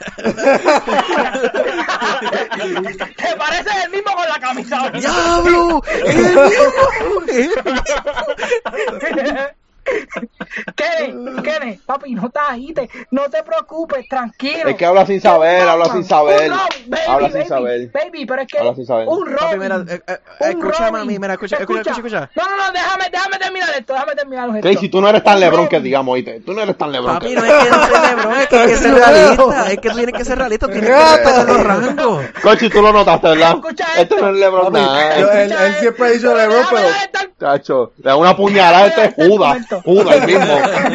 Te pareces el mismo con la camisa. ¿verdad?
¡Diablo! ¡Es el mismo! ¡Es el mismo!
Kenny, Kenny, papi, no te agites, no te preocupes, tranquilo.
Es que habla sin saber, habla sin saber.
Un Robin, baby,
Habla sin
baby,
saber.
Baby, pero es que
Habla sin saber.
un Robin.
Papi, mira, eh, eh,
un
escúchame
Robin.
a mí, mira, escucha, escucha, escucha, escucha.
No, no, no, déjame, déjame terminar esto, déjame terminar esto.
Casey, tú no eres tan
Un
LeBron que
Robin.
digamos, oíste. Tú no eres tan LeBron.
Papi,
que
no es que no soy LeBron, es que hay que ser realista. Es que tú tienes que ser realista, tú tienes que respetar los rangos.
Cochi, tú lo notaste, ¿verdad?
Escucha
Este
esto.
no es LeBron
Papi,
nada.
yo- él, él siempre ha dicho LeBron,
Déjame
pero
dar esta-
Chacho, le da una puñalada a este Judas. Judas, el mismo.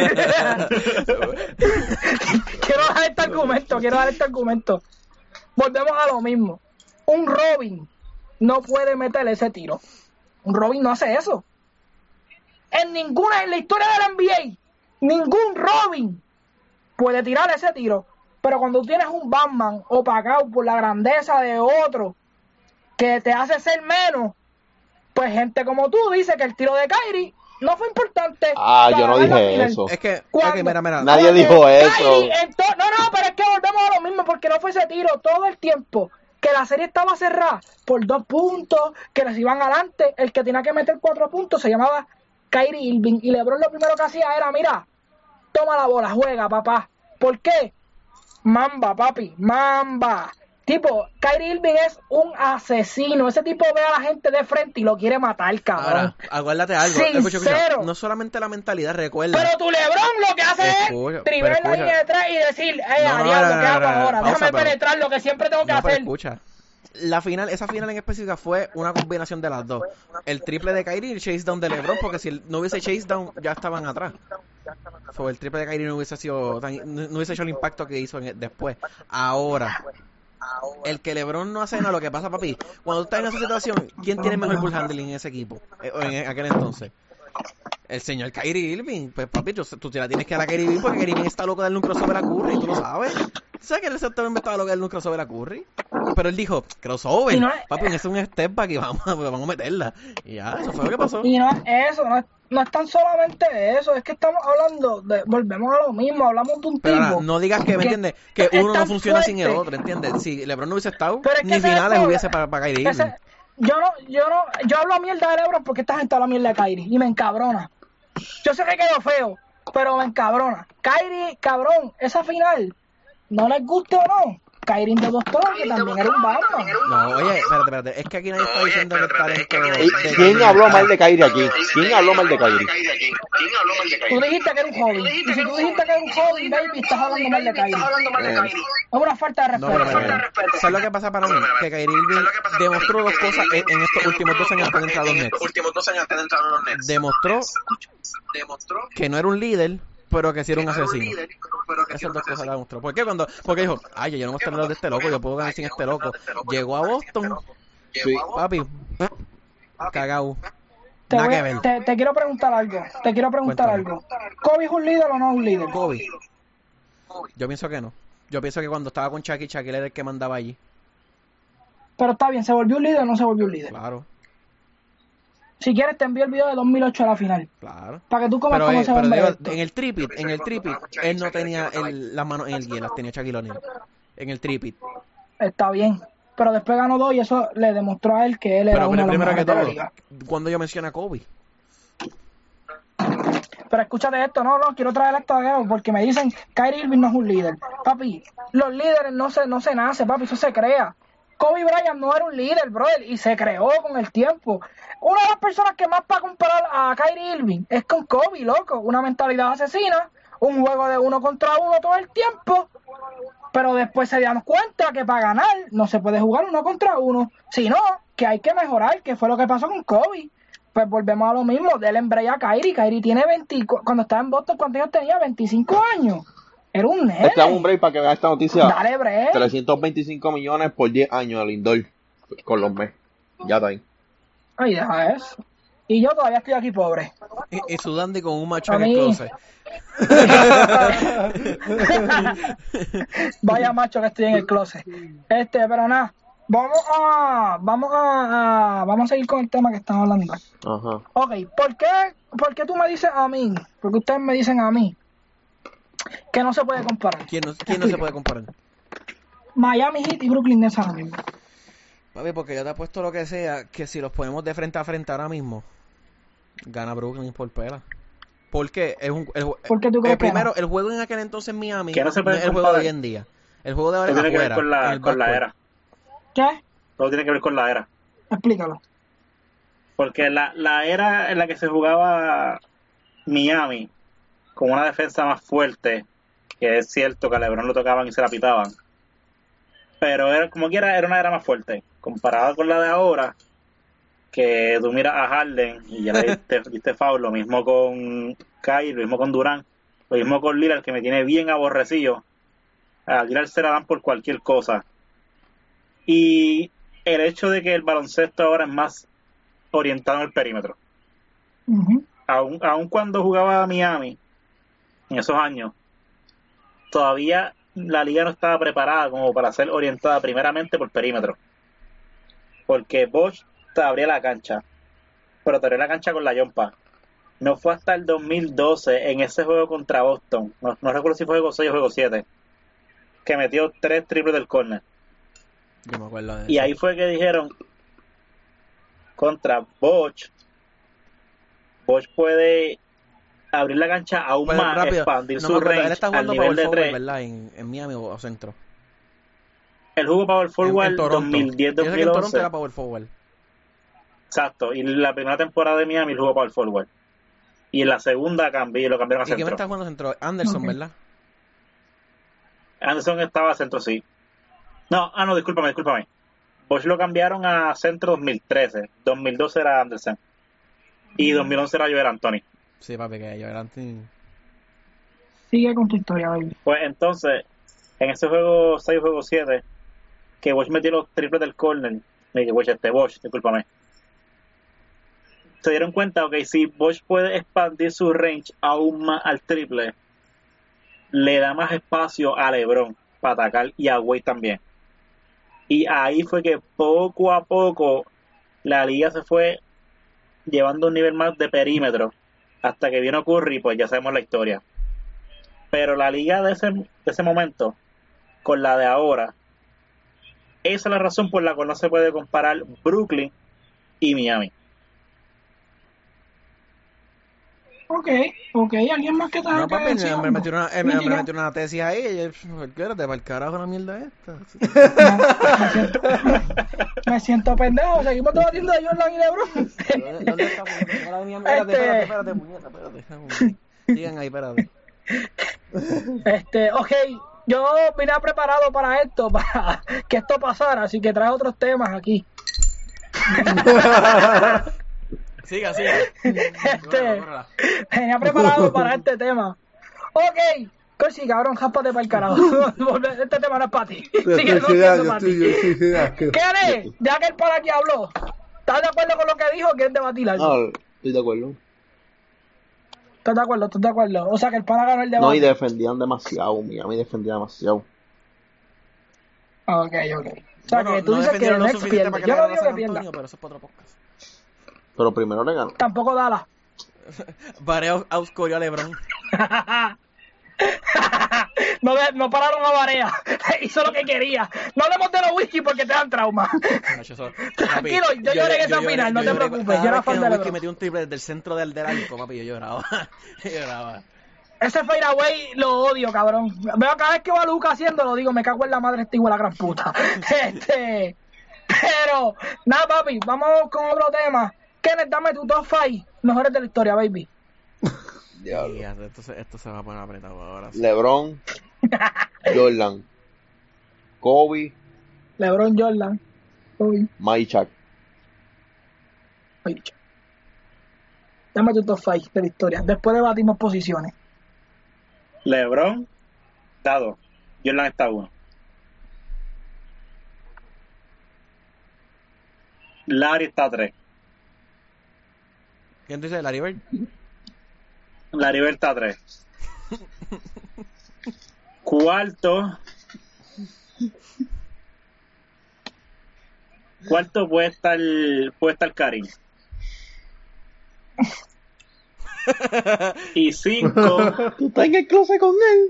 Quiero dar este argumento, quiero dar este argumento. Volvemos a lo mismo. Un Robin no puede meter ese tiro. Un Robin no hace eso. En ninguna, en la historia de la N B A, ningún Robin puede tirar ese tiro. Pero cuando tú tienes un Batman opacado por la grandeza de otro que te hace ser menos, pues gente como tú dice que el tiro de Kyrie no fue importante.
Ah, yo
para
no
ganar la
dije
final.
eso.
Es que,
¿Cuándo?
ok, mira, mira.
Nadie
Porque
dijo eso.
Kyrie en to- no, no, pero es que volvemos a lo mismo, porque no fue ese tiro todo el tiempo que la serie estaba cerrada por dos puntos, que les iban adelante. El que tenía que meter cuatro puntos se llamaba Kyrie Irving, y LeBron lo primero que hacía era, mira, toma la bola, juega, papá. ¿Por qué? Mamba, papi, mamba. Tipo, Kyrie Irving es un asesino. Ese tipo ve a la gente de frente y lo quiere matar, cabrón.
Ahora, aguárdate algo. Escucha, escucha.
Sincero.
No solamente la mentalidad, recuerda.
Pero tu LeBron lo que hace
Escucha,
es driblar
pero
la
escucha.
línea de tres y decir, eh,
No,
a
no,
diablo,
no,
¿qué
no,
hago
no, no,
ahora?
pausa,
Déjame
pero-
penetrar lo que siempre tengo que
No, pero
hacer.
escucha. La final, esa final en específica fue una combinación de las dos. El triple de Kyrie y el chase down de LeBron, porque si no hubiese chase down, ya estaban atrás. So, el triple de Kyrie no hubiese sido tan- no no hubiese hecho el impacto que hizo en- después. Ahora, el que LeBron no hace nada, lo que pasa, papi, cuando tú estás en esa situación, ¿quién tiene mejor ball handling en ese equipo? Eh, o en aquel entonces. El señor Kyrie Irving. Pues papi, tú, tú te la tienes que dar a Kyrie Irving porque Kyrie Irving está loco de darle un crossover a Curry, tú lo sabes. ¿Sabes que el receptor me estaba loco de darle un crossover a Curry? Pero él dijo, crossover,
Y no es-
papi, es un step back y vamos, a- vamos a meterla. Y ya, eso fue lo que pasó.
Y no es eso, no es, no es tan solamente eso, es que estamos hablando de, volvemos a lo mismo, hablamos de un
Pero
tipo.
ahora, no digas que, ¿me
que
entiendes? Que
es
uno no
tan
funciona sin el
fuerte.
otro, ¿entiendes? Si LeBron no hubiese estado,
Pero es que
ni
ese es el
finales
problema.
hubiese para, para Kyrie Irving.
Ese- yo no, yo no, yo hablo mierda de LeBron porque esta gente habla mierda de Kyrie y me encabrona. Yo sé que quedó feo, pero me encabrona. Kyrie, cabrón, esa final, no les guste o no, Kyrie demostró que también era un Batman.
No, oye, espérate, espérate. Es que aquí nadie está diciendo que el talento
¿Y
de
¿Quién
Kyrie
habló
está-
mal de Kyrie aquí? ¿Quién habló mal de Kyrie?
Tú dijiste que era un joven, y si tú dijiste que era un joven, baby, estás hablando mal de Kyrie.
Eh,
Es una falta de
No,
respeto.
pero, pero, pero, ¿sabes lo que pasa para mí? Que Kyrie Irving demostró dos cosas en, en estos últimos dos años antes de entrar a los Nets. Demostró que no era un líder, pero que sí era un asesino. Esas dos cosas las demostró. ¿Por qué? Cuando, porque dijo, ay, yo no voy a estar de este loco, yo puedo ganar sin este loco. Llegó a Boston,
sí.
papi, cagao.
Te,
Nada
voy
que
a-
ver.
te, te quiero preguntar algo, te quiero preguntar
Cuéntame.
algo. ¿Kobe es un líder o no es un líder?
Kobe. Yo pienso que no. Yo pienso que cuando estaba con Chucky, Chucky era el que mandaba allí.
Pero está bien, ¿se volvió un líder o no se volvió un líder?
Claro.
Si quieres te envío el video de dos mil ocho a la final.
Claro.
Para que tú comas
Pero,
cómo
eh,
se
pero
bomba
digo,
esto.
en el tripit, en el tripit, él no tenía el, las manos en el guía, las tenía Shaquille O'Neal. En el tripit.
Está bien. Pero después ganó dos y eso le demostró a él que él era
Pero,
uno
pero
de los
primero que
mejores de la
todo,
liga.
cuando yo menciono a Kobe.
Pero escúchate esto, no, no, quiero traer esto a porque me dicen Kyrie Irving no es un líder. Papi, los líderes no se, no se nace, papi, eso se crea. Kobe Bryant no era un líder, brother, y se creó con el tiempo. Una de las personas que más para comparar a Kyrie Irving es con Kobe, loco. Una mentalidad asesina, un juego de uno contra uno todo el tiempo. Pero después se dieron cuenta que para ganar no se puede jugar uno contra uno, sino que hay que mejorar, que fue lo que pasó con Kobe. Pues volvemos a lo mismo, déle embrague a Kyrie. Kyrie tiene veinte, cuando estaba en Boston, ¿cuántos años tenía? veinticinco años. Era un nene.
Este es un break para que vean esta noticia.
Dale break.
trescientos veinticinco millones por diez años el indoor con los meses. Ya está ahí.
Ay, deja eso. Y yo todavía estoy aquí pobre.
Y, y sudando y con un macho
A
en el
mí.
closet.
Vaya macho que estoy en el closet. Este, pero nada. Vamos a, vamos a, a, vamos a seguir con el tema que estamos hablando.
Ajá.
Ok, ¿por qué, ¿por qué tú me dices a mí? Porque ustedes me dicen a mí que no se puede comparar.
¿Quién no, quién no se puede comparar?
Miami Heat y Brooklyn Nets ahora mismo.
Papi, porque yo te apuesto lo que sea, que si los ponemos de frente a frente ahora mismo, gana Brooklyn por pela. Porque es un, el,
¿Por qué tú crees
eh, primero,
que
el juego en aquel entonces en Miami
Que no se puede
es el juego de
comparar.
hoy en día. El juego de ahora
Todo
es
tiene que ver
afuera,
con
en
la,
el
con la
backcourt.
era.
¿Qué?
Todo tiene que ver con la era.
Explícalo.
Porque la, la era en la que se jugaba Miami, con una defensa más fuerte, que es cierto que a LeBron lo tocaban y se la pitaban, pero era, como quiera, era una era más fuerte. Comparada con la de ahora, que tú miras a Harden y ya le diste, diste foul, lo mismo con Kyrie, lo mismo con Durant, lo mismo con Lillard, que me tiene bien aborrecido. A Lillard se la dan por cualquier cosa. Y el hecho de que el baloncesto ahora es más orientado al perímetro.
Uh-huh.
Aun, aun cuando jugaba Miami, en esos años, todavía la liga no estaba preparada como para ser orientada primeramente por perímetro. Porque Bosch te abría la cancha, pero te abría la cancha con la yompa. No fue hasta el dos mil doce, en ese juego contra Boston, no, no recuerdo si fue juego seis o juego siete, que metió tres triples del córner.
Yo me acuerdo de
Y
eso.
ahí fue que dijeron contra Bosch, Bosch puede abrir la cancha aún
Pues,
más,
rápido,
expandir
no
su
me acuerdo,
range
él está
al
jugando
nivel
Power
de
Forward,
tres.
¿verdad? En, en Miami o, o Centro.
El jugó Power
En,
Forward
en Toronto.
dos mil diez
Yo sé que en Toronto
dos mil once.
era Power Forward.
Exacto, y la primera temporada de Miami el jugó Power Forward. Y en la segunda cambió, lo cambiaron a
¿Y quién me
centro.
está jugando Centro? Anderson,
Ok.
¿verdad?
Anderson estaba a centro, sí. No, ah, no, discúlpame, discúlpame. Bosch lo cambiaron a centro dos mil trece. dos mil doce era Anderson. Y dos mil once era Joel Anthony.
Sí, papi, que yo era antes.
Sigue con tu historia, baby.
Pues entonces, en ese juego seis, juego siete, que Bosch metió los triples del corner, me dije, Bosch, este Bosch, discúlpame. Se dieron cuenta, ok, si Bosch puede expandir su range aún más al triple, le da más espacio a LeBron para atacar y a Wade también. Y ahí fue que poco a poco la liga se fue llevando un nivel más de perímetro hasta que vino Curry, pues ya sabemos la historia. Pero la liga de ese, de ese momento con la de ahora, esa es la razón por la cual no se puede comparar Brooklyn y Miami.
Ok, ok, ¿alguien más que tenga
No,
que
papi,
decir
me, me
algo?
metió una, eh, me, me
Crítica.
metió una tesis ahí. Y yo, espérate, para el carajo la mierda esta.
Me siento, me siento pendejo, seguimos debatiendo de Jordan y LeBron.
¿Dónde, dónde está? Espérate, espérate, espérate, espérate, puñeta, espérate. Sigan ahí, espérate.
Este, ok, yo vine preparado para esto, para que esto pasara, así que trae otros temas aquí.
Siga, siga.
Este, venía preparado para este tema. Ok, Corsi, cabrón, jápate para el carajo. Este tema no es para ti. Sigue no siendo para ti. ¿Qué haré? Ya que el para aquí habló, ¿estás de acuerdo con lo que dijo o quieres debatir algo?
No, estoy de acuerdo.
¿Estás de acuerdo? ¿Estás de acuerdo? O sea, que el para ganó el debate.
No, y defendían demasiado. Miami defendía demasiado.
Ok, ok. O sea,
Bueno,
que tú
no
dices que
defendieron
el
lo
Next
suficiente
pierde.
para que
Yo
le
no
ganara
digo
San
que pierda.
Antonio, pero eso es para otro podcast.
Pero primero le ganó.
Tampoco Dallas.
Barea outscoreó a LeBron.
no, de- no pararon a Barea. Hizo lo que quería. No hablemos de los whisky porque te dan trauma.
Nacho, eso-
Tranquilo,
papi,
yo lloré en esa
lloré-
final, no te
lloré-
preocupes,
cada
yo era
vez
fan
que
de
Whisky
LeBron.
metió un triple desde el centro del, del arco, papi, yo lloraba. Yo lloraba.
Ese fadeaway lo odio, cabrón. Veo cada vez que va Luca haciéndolo, digo, me cago en la madre este hijo de la gran puta. Este, pero, nada, papi, vamos con otro tema. Kenneth, dame tu top five mejores de la historia, baby.
Diablo.
Y esto, se- esto se va a poner apretado ahora. sí.
LeBron, Jordan, Kobe,
LeBron, Jordan. Kobe,
Mike Chuck.
oye, dame tu top five de la historia. Después debatimos posiciones.
LeBron, dado. Jordan está uno. Larry está tres.
¿Quién tú dices? ¿Larry Bird?
Larry Bird está tres. Cuarto. Cuarto puede estar, puede estar Karim. Y cinco.
Tú estás en el closet con él.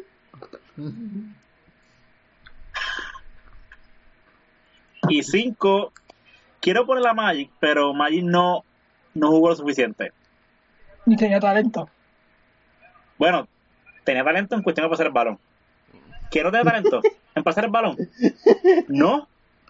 Y cinco. Quiero poner la Magic, pero Magic no, no jugó lo suficiente.
Ni tenía talento.
Bueno, tenía talento en cuestión de pasar el balón. ¿Que no tenía talento en pasar el balón? No.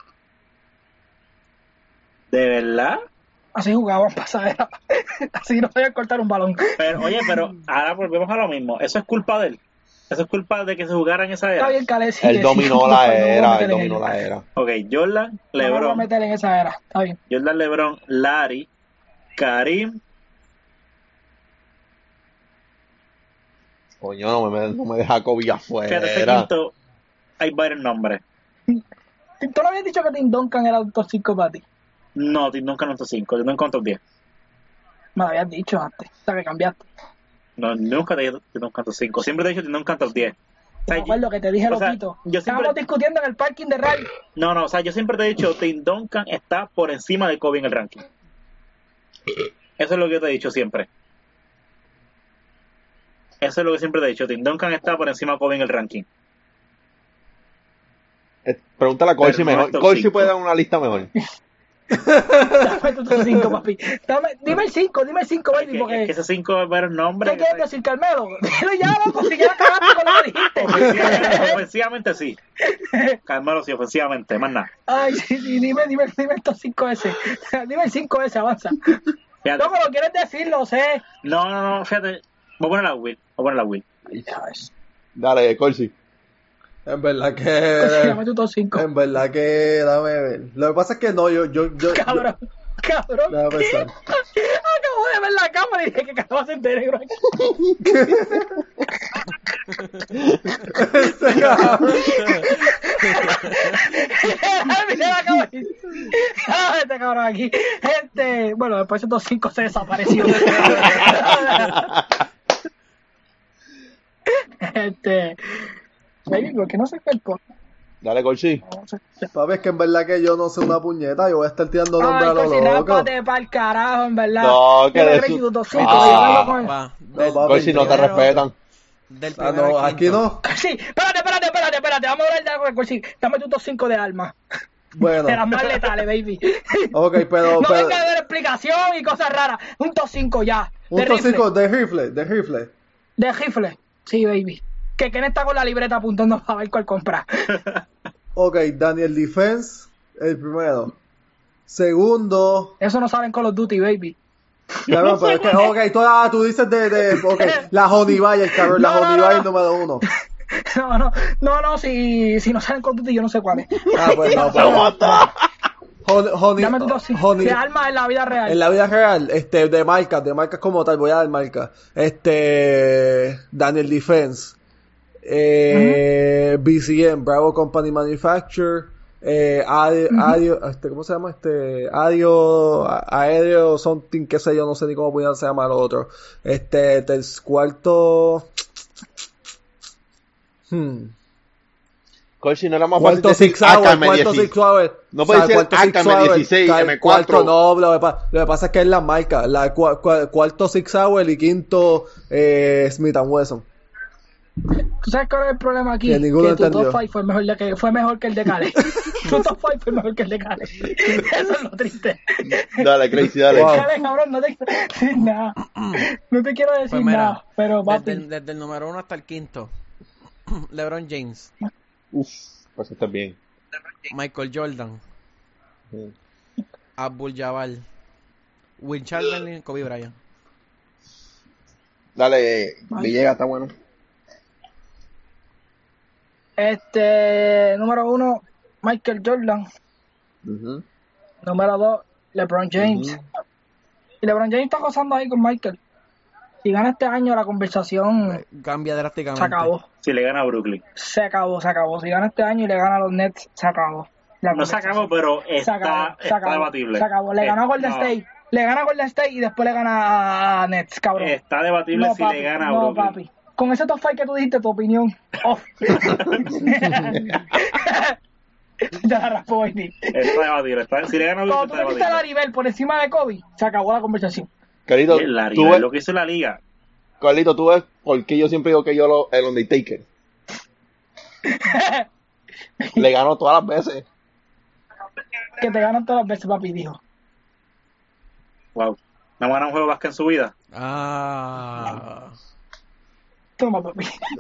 ¿De verdad?
Así jugaban pasadera. Así no sabían cortar un balón.
Pero, oye, pero ahora volvemos a lo mismo. Eso es culpa de él. Eso es culpa de que se jugara en esa
Está
era.
bien, Calesi.
Él
que
dominó
sí,
la
no, no voy a
era,
meter
él
en
dominó
ella.
la era.
Ok, Jordan,
No me voy a
LeBron,
meter en esa era. Está bien.
Jordan, LeBron, Larry, Karim.
Coño, no me, no me deja Kobe
Fíjate, ese
afuera.
quinto, hay varios nombres.
¿Tú no habías dicho que Tim Duncan era un top cinco para ti?
No, Tim Duncan no está cinco, no encuentro diez.
Me lo habías dicho antes. O sea, que cambiaste.
No, nunca te he dicho Tim Duncan top cinco. Siempre te he dicho Tim Duncan top diez. O sea,
Me acuerdo que te dije
o sea,
loquito.
yo siempre-
Estábamos discutiendo en el parking de Ray.
No, no, o sea, yo siempre te he dicho Tim Duncan está por encima de Kobe en el ranking. Eso es lo que yo te he dicho siempre. Eso es lo que siempre te he dicho. Tim Duncan está por encima de Kobe en el ranking.
Eh, Pregúntale a Corsi
Pero no es
mejor.
top
Corsi
cinco.
puede dar una lista mejor.
Dame tu top cinco, papi. Dame, dime el cinco, dime el cinco,
Es
baby,
que,
porque...
es que esos cinco varios nombres.
¿Qué quieres decir, Carmelo? Dilo ya, loco, si quieres cagaste con lo que dijiste.
Ofensivamente, ofensivamente sí. Carmelo sí, ofensivamente, más nada.
Ay, sí, sí, dime, dime, dime el top cinco ese. Dime el cinco ese, avanza.
Fíjate.
Loco, lo quieres decir, lo sé.
No, no, no, fíjate. Voy a poner a Will. Voy a poner a Will.
Dale, Corsi.
En verdad que...
Dame tu top cinco.
En verdad que... Dame ver. Lo que pasa es que no, yo... yo, yo
Cabrón, cabrón.
Déjame pensar.
Acabo de ver la cámara y dije que acabas de negro aquí.
Este cabrón.
Mira la cámara. Ah, este cabrón aquí. Este, bueno, después de estos cinco se desapareció. Este, baby, ¿por qué no se cuerpo?
Dale, Corsi.
No sé.
Papi, es que en verdad que yo no sé una puñeta. Yo voy a estar tirando nombres
Ay,
a lo
pues si
loco.
rápate pa'l carajo, en verdad.
No, que
Dime,
de
Ricky,
su-
tu top cinco,
Ah.
yo hablo con él.
Va,
No,
del-
papi,
Corsi, no te
primero-
respetan.
Del
Ah,
primero
no,
al
aquí
quinto.
no.
Sí, espérate, espérate, espérate, espérate. Vamos a hablar de algo de Corsi. Dame tu top cinco de alma.
Bueno.
De las más letales, baby.
Ok, pero...
No
pero
venga a dar explicación y cosas raras. Un top cinco ya.
un
de
top
rifle.
cinco de rifle, de rifle.
De rifle. Sí, baby. Que Ken está con la libreta apuntando para ver cuál comprar.
Ok, Daniel Defense, el primero. Segundo...
Eso no saben Call of Duty, baby.
Claro, pero es que, ok, tú, ah, tú dices de, de, ok, la Honey Bayer, cabrón, la
No, no,
Honey
no,
Bayer
no.
número uno.
No, no, no, no, si, si no saben Call of Duty yo no sé cuál es.
Ah, pues no, pero... Honey, honey,
Dame tu top cinco.
honey-
De armas en la vida real.
en la vida real, este, de marcas, de marcas como tal, voy a dar marcas. Este, Daniel Defense, eh, B C M, Bravo Company Manufacture, eh, Adio, Adio, este, ¿cómo se llama? Este, Adio, Aéreo, something, qué sé yo, no sé ni cómo puñal se llama el otro. Este, el cuarto, hmm.
Corsi, no era más fácil
Cuarto
decir
Six Hour,
A K M
cuarto
dieciséis.
Six Hour.
No
O
puede
sea,
ser
cuarto
A
Six
K M
Hour,
dieciséis,
ca-
M cuatro.
Cuarto, no, lo que, pa- lo que pasa es que es la marca. La cua- cua- cuarto Six Hour y quinto eh, Smith and Wesson.
¿Tú sabes cuál es el problema aquí?
Que ninguno
tu
entendió.
top five fue mejor, de que, fue mejor que el de Cale. Tu top five fue mejor que el de Cale. Eso es lo triste.
Dale, Crazy, dale.
Wow.
Cale, cabrón, no te quiero decir nada. No te quiero decir
Pues mira,
nada. Pero, papi,
desde, el- desde el número uno hasta el quinto. LeBron James,
Uf, pues está bien.
Michael Jordan,
Sí.
Abdul Jabbar, Will Chamberlain, Kobe Bryant.
Dale, Villegas, está bueno.
este, número uno, Michael Jordan.
Ujú.
Número dos, LeBron James.
Ujú.
Y LeBron James está gozando ahí con Michael. Si gana este año, la conversación
Cambia drásticamente.
se acabó.
Si le gana a Brooklyn.
Se acabó, se acabó. Si gana este año y le gana a los Nets, se acabó. La
No se
conversación.
acabó, pero
Se
está,
acabó, se
está
acabó,
debatible.
se acabó. Le ganó a
Eh,
Golden
no,
State. Le gana a Golden State y después le gana a Nets, cabrón.
Está debatible
no,
si
papi,
le gana a
no,
Brooklyn.
papi. Con ese top five que tú dijiste, tu opinión. Off. Ya la raspó, baby.
Está debatible. Está, si le gana a
Cuando
Brooklyn,
tú
está
metiste a
debatible.
Larry Bell por encima de Kobe, se acabó la conversación.
Carlito,
Y la
tú
River,
ves,
lo que hizo la liga.
Carlito, tú ves por qué yo siempre digo que yo lo, el Undertaker. Le ganó todas las veces.
Que te ganan todas las veces, papi, dijo.
Wow. ¿No gana un juego de básquet en su vida?
Ah.
Toma, papi.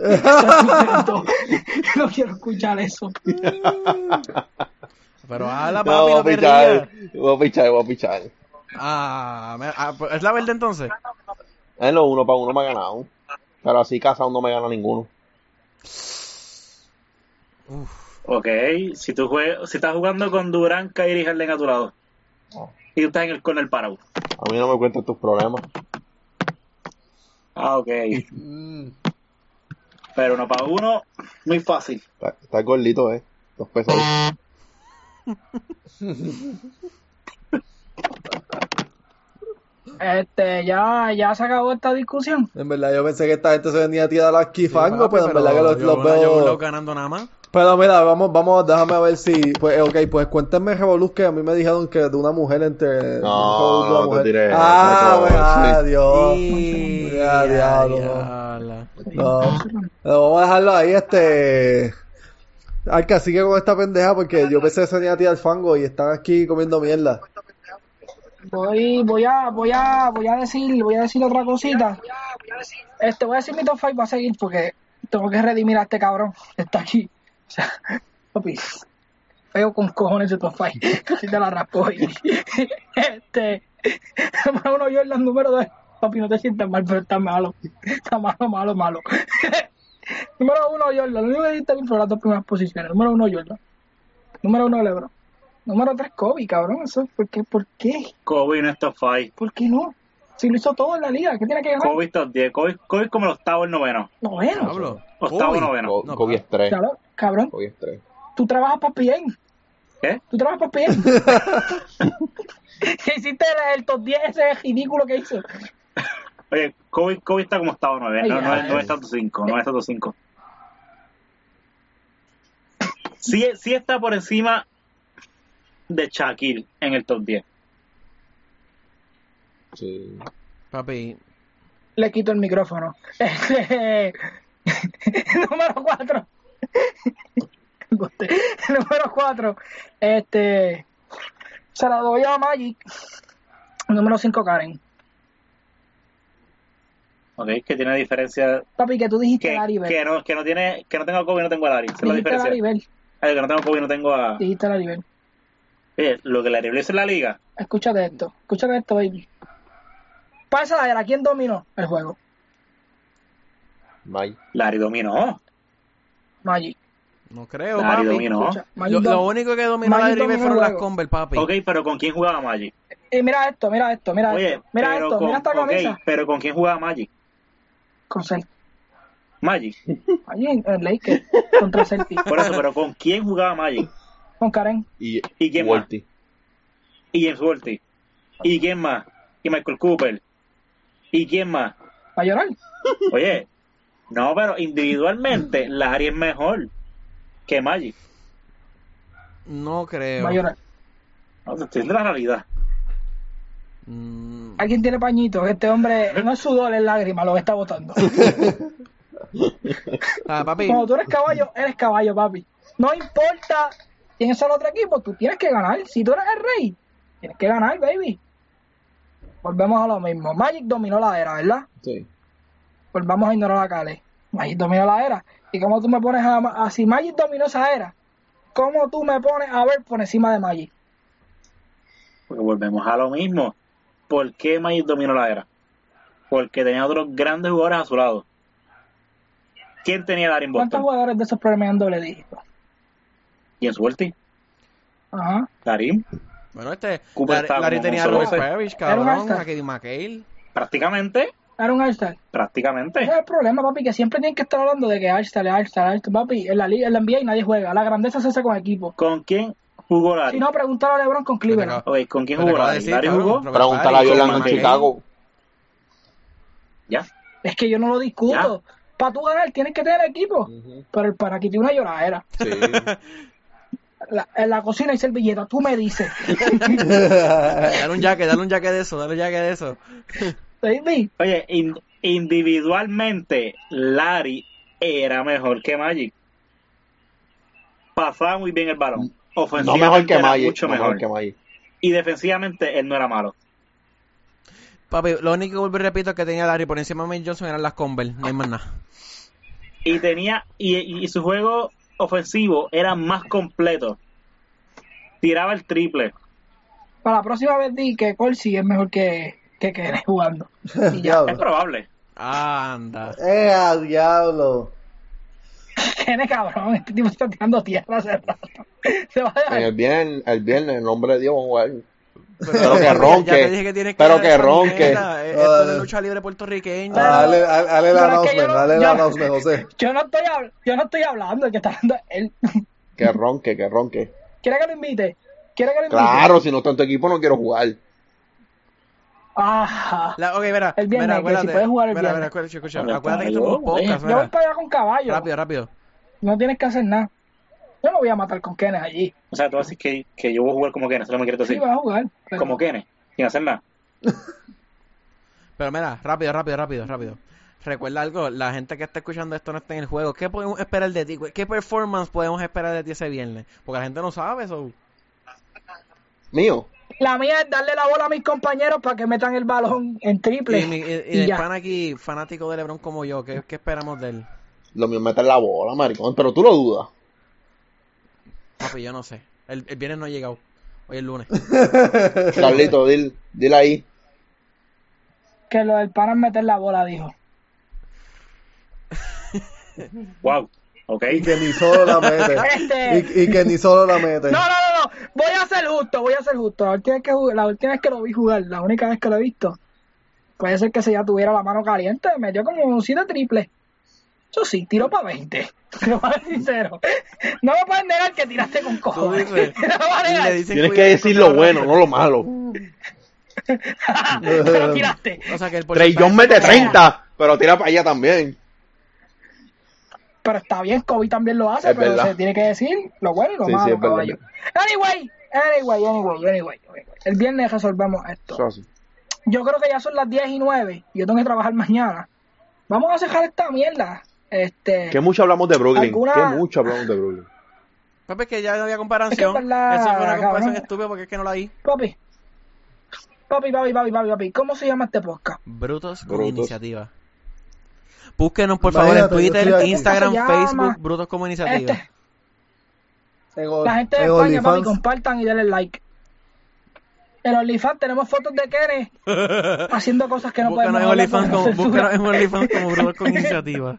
No quiero escuchar eso.
Pero habla,
No,
papi,
voy
no
a
te
pichar,
rías.
voy a pichar, voy a pichar.
Ah, me- ah, pues, ¿es la verde entonces?
En lo uno para uno me ha ganado. Pero así casado no me gana ninguno.
Ok. Si tú juegas, si estás jugando con Durán, Kyrie y Harden a tu lado. Y tú estás en el corner parado.
A mí no me cuentan tus problemas.
Ah, ok.
Mm.
Pero uno para uno, muy fácil.
Está, está gordito, eh. Dos pesos.
Este, ya, ya se acabó esta discusión.
En verdad, yo pensé que esta gente se venía a tirar aquí fango,
Sí, papi,
pero en verdad que los,
yo
los
una- yo
veo.
veo ganando nada más.
Pero mira, vamos, vamos, déjame ver si. Pues, ok, pues cuéntame Revoluz, que a mí me dijeron que de una mujer entre.
No,
de una
no te
mujer.
diré,
Ah,
Paco,
pues, ah,
sí.
Dios.
Y...
Ya, diablo, no.
diabla.
No, pero vamos a dejarlo ahí, este. Arca, sigue con esta pendeja porque yo pensé que se venía a tirar fango y están aquí comiendo mierda.
Voy, voy a, voy a, voy a decir, voy a decir otra cosita. Este, voy a decir mi top five, va a seguir porque tengo que redimir a este cabrón que está aquí. O sea, papi, feo con cojones ese top five. Casi te la raspo hoy. Este, número uno, Jordan, número dos. Papi, no te sientas mal, pero está malo. Está malo, malo, malo. Número uno, Jordan. Lo único que dijiste bien fueron las dos primeras posiciones. Número uno, Jordan. Número uno, LeBron. Número tres, Kobe, cabrón. Eso, ¿por qué? ¿Por qué?
Kobe no es top five.
¿Por qué no? Si lo hizo todo en la liga, ¿qué tiene que ganar?
Kobe es top diez. Kobe, Kobe es como el octavo, el noveno.
Noveno.
Diablo.
Octavo,
Kobe.
noveno.
Co-
No,
Kobe es tres.
Claro, cabrón.
Kobe es tres.
Tú trabajas para P M.
¿Qué?
Tú trabajas para P M. ¿Qué hiciste el, el top diez ese ridículo que hizo?
Oye, Kobe, Kobe está como octavo, nueve.
Ay,
No, no,
ay.
es- no es top cinco. No es top cinco. Sí, sí está por encima de Shaquille en el top diez.
Sí.
Papi,
Le quito el micrófono. Este, número cuatro. Número cuatro. Este. Se la doy a Magic. Número cinco, Karen.
Ok, que tiene diferencia.
Papi, que tú dijiste
Que,
Larry Bell.
que, no, que no tiene, que no tengo a Kobe y no tengo a Larry. Esa es la
Dijiste
diferencia.
Larry Bell.
Ay, que no tengo a Kobe y no tengo a.
Dijiste Larry Bell.
Oye, lo que Larry Bell hizo en la liga.
Escúchate esto. Escúchate esto, baby. Pasa a ¿quién dominó el juego?
Mike.
Larry dominó.
Magic.
no creo,
Larry
papi.
dominó.
Escucha, Magic
Lo,
dom-
lo único que dominó
Magic
la River
dominó
fueron
el
las
juego.
Converse, papi.
Ok, pero ¿con quién jugaba Magic?
Y mira esto, mira esto, mira
Oye,
esto. Mira
pero
esto,
con,
mira esta
ok,
camisa.
pero ¿con quién jugaba Magic?
Con Celtic.
Magic.
Allí en el Lakers. Contra Celtic.
Por eso, pero ¿con quién jugaba Magic?
Con Karen.
Y,
¿Y quién más?
Walty.
Y James Worthy. ¿Y quién más? Y Michael Cooper. ¿Y quién más?
¿Va a llorar?
Oye, no, pero individualmente Larry es mejor. que Magic.
No creo.
Va a llorar.
No, te estoy diciendo la realidad.
Mm,
¿Alguien tiene pañitos? Este hombre no es sudor, es lágrima lo que está botando.
ah, papi,
Cuando tú eres caballo, eres caballo, papi. No importa quién es el otro equipo, tú tienes que ganar. Si tú eres el rey, tienes que ganar, baby. Volvemos a lo mismo. Magic dominó la era, ¿verdad?
Sí.
Volvamos a ignorar a Kale. Magic dominó la era. ¿Y cómo tú me pones a, a si Magic dominó esa era? ¿Cómo tú me pones a ver por encima de Magic?
Porque volvemos a lo mismo. ¿Por qué Magic dominó la era? Porque tenía otros grandes jugadores a su lado. ¿Quién tenía a Larry
¿Cuántos
Boston?
jugadores de esos premios en doble dígito?
¿Quién suerte?
Ajá.
Larry,
bueno, este,
Cooper
Larry,
está
Larry
como
tenía a
un
Robert
solo
Parrish,
Era un
cabrón,
All-Star.
a Kevin McHale.
prácticamente,
Era un All-Star. Ese
prácticamente.
es el problema, papi, que siempre tienen que estar hablando de que All-Star, All-Star, All-Star, papi. En la liga, en la N B A nadie juega. La grandeza se hace con equipo.
¿Con quién jugó
Si
Larry?
no, pregúntale a LeBron con Cleveland.
Ok, ¿con quién
Pero te
jugó
acabo de
Larry?
decir,
Larry
cabrón,
jugó,
Robert
Pregúntale a
Parrish,
Jordan
Kevin
en
McHale.
Chicago.
ya.
Es que yo no lo discuto. Para tú ganar tienes que tener equipo.
Ujú.
Pero el para aquí tiene una lloradera.
Sí.
La- en la cocina hay servilleta, tú me dices.
Dale un jaque, dale un jaque de eso, dale un jaque de eso.
Baby,
Oye, in- individualmente, Larry era mejor que Magic. Pasaba muy bien el balón.
No
Ofensivamente
mejor que
era
Magic.
mucho
No
mejor.
mejor que Magic.
Y defensivamente él no era malo.
Papi, lo único que vuelvo y repito es que tenía Larry por encima de Magic Johnson eran las Converse, no hay más nada.
Y tenía y, y su juego ofensivo era más completo. Tiraba el triple.
para la próxima vez di que Corsi es mejor que, que Kenneth jugando. Y ya.
Es
Diablo.
probable.
Anda.
¡Eh, a diablo!
Kenneth, cabrón, este tipo está tirando tierra hace rato. Se va a dejar.
El viernes, el viernes, en nombre de Dios, vamos a jugar.
Pero,
Pero que
ya-
ronque.
Ya te dije que tienes que
Pero
dar
que
esa
ronque.
mierda. Eh, Esto es lucha libre puertorriqueña.
Pero-
Dale, dale, dale el
pero es que
announcement,
yo no-
dale el
yo-
announcement, José.
Yo no estoy hab- yo no estoy hablando, el que está hablando es él.
Que ronque, que ronque.
¿Quiere que lo invite? ¿Quiere que lo invite?
Claro, si no está en tu equipo no quiero jugar.
Ajá.
La, ok, mira,
El viernes,
mira,
que
acuérdate,
si puedes jugar el
mira,
viernes.
mira, escucha, escucha,
¿Dónde
acuérdate que
está?
esto es un
Yo,
podcast,
Yo voy
mira.
para allá con caballo.
Rápido, rápido.
No tienes que hacer nada. Yo no voy a matar con Kenneth allí.
O sea, tú vas a decir que, que yo voy a jugar como Kenneth, eso no me quieres
Sí,
decir.
vas a jugar. pero-
Como Kenneth, sin hacer nada.
Pero mira, rápido, rápido, rápido, rápido. Recuerda algo, la gente que está escuchando esto no está en el juego. ¿Qué podemos esperar de ti? ¿Qué performance podemos esperar de ti ese viernes? Porque la gente no sabe eso.
Mío.
La mía es darle la bola a mis compañeros para que metan el balón en triple.
Y, mi- y- y
y
el
ya.
pan aquí, fanático de LeBron como yo, ¿qué, qué esperamos de él?
Lo mío es meter la bola, maricón. Pero tú lo dudas.
Papi, yo no sé. El, el viernes no ha llegado. Hoy es lunes.
Carlito, dile, dile ahí.
Que lo del pana es meter la bola, dijo.
Wow. Ok.
Y que ni solo la mete.
Este-
Y, y que ni solo la mete.
No, no, no, no. Voy a ser justo, voy a ser justo. La última vez que, jugué- la última vez que lo vi jugar, la única vez que lo he visto, puede ser que se ya tuviera la mano caliente. Metió como un siete triple. Eso sí, tiró para veinte. Pero para ser sincero, no me puedes negar que tiraste con
Tú
cojones.
dices,
No me vas a
le
negar.
dicen
Tienes que
cuidado
decir
con
lo bueno, no lo malo.
Pero tiraste.
O sea que el
Trey
porcentaje
John mete
como-
treinta, pero tira para allá también.
Pero está bien, Kobe también lo hace,
Es
pero
verdad.
se tiene que decir lo bueno y lo
Sí, sí,
malo,
es verdad,
caballo. Anyway, anyway, anyway, anyway, anyway. El viernes resolvemos esto.
Eso así.
Yo creo que ya son las diez y nueve y yo tengo que trabajar mañana. Vamos a dejar esta mierda. Este,
Que mucho hablamos de Brooklyn.
¿Alguna-
Que mucho hablamos de Brooklyn.
Papi, es que ya no había comparación.
Es que es verdad,
Eso fue una comparación
cabrón.
estúpida porque es que no la hay.
papi. Papi, papi, papi, papi, papi. ¿Cómo se llama este podcast?
Brutos con
Brutos.
iniciativa. Búsquenos por
Imagínate,
favor en
yo
Twitter,
estoy aquí.
Instagram,
¿Cómo se llama?
Facebook, Brutos con iniciativa.
Este,
En o-
la gente de
en
España, papi,
OnlyFans.
compartan y denle like. En OnlyFans tenemos fotos de Kenneth haciendo cosas que no
Búscanos
podemos
en
hablar
OnlyFans
porque
como,
nos
búscanos en
censuran.
OnlyFans como Brutos con iniciativa.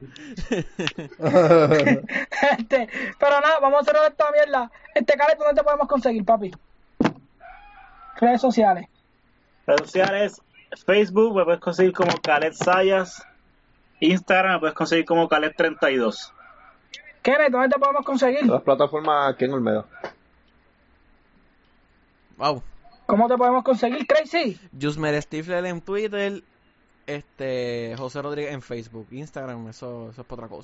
Este, pero nada, vamos a hacer esta mierda. Este, Khaled, ¿dónde te podemos conseguir, papi? Redes sociales.
Redes sociales, Facebook me puedes conseguir como Khaled Sayas. Instagram me puedes conseguir como Khaled treinta y dos.
Kenneth, ¿dónde te podemos conseguir?
Las plataformas aquí en Olmedo.
Wow.
¿Cómo te podemos conseguir, Crazy?
Jusmer Stifler en Twitter. Este, José Rodríguez en Facebook. Instagram, eso, eso es para otra cosa.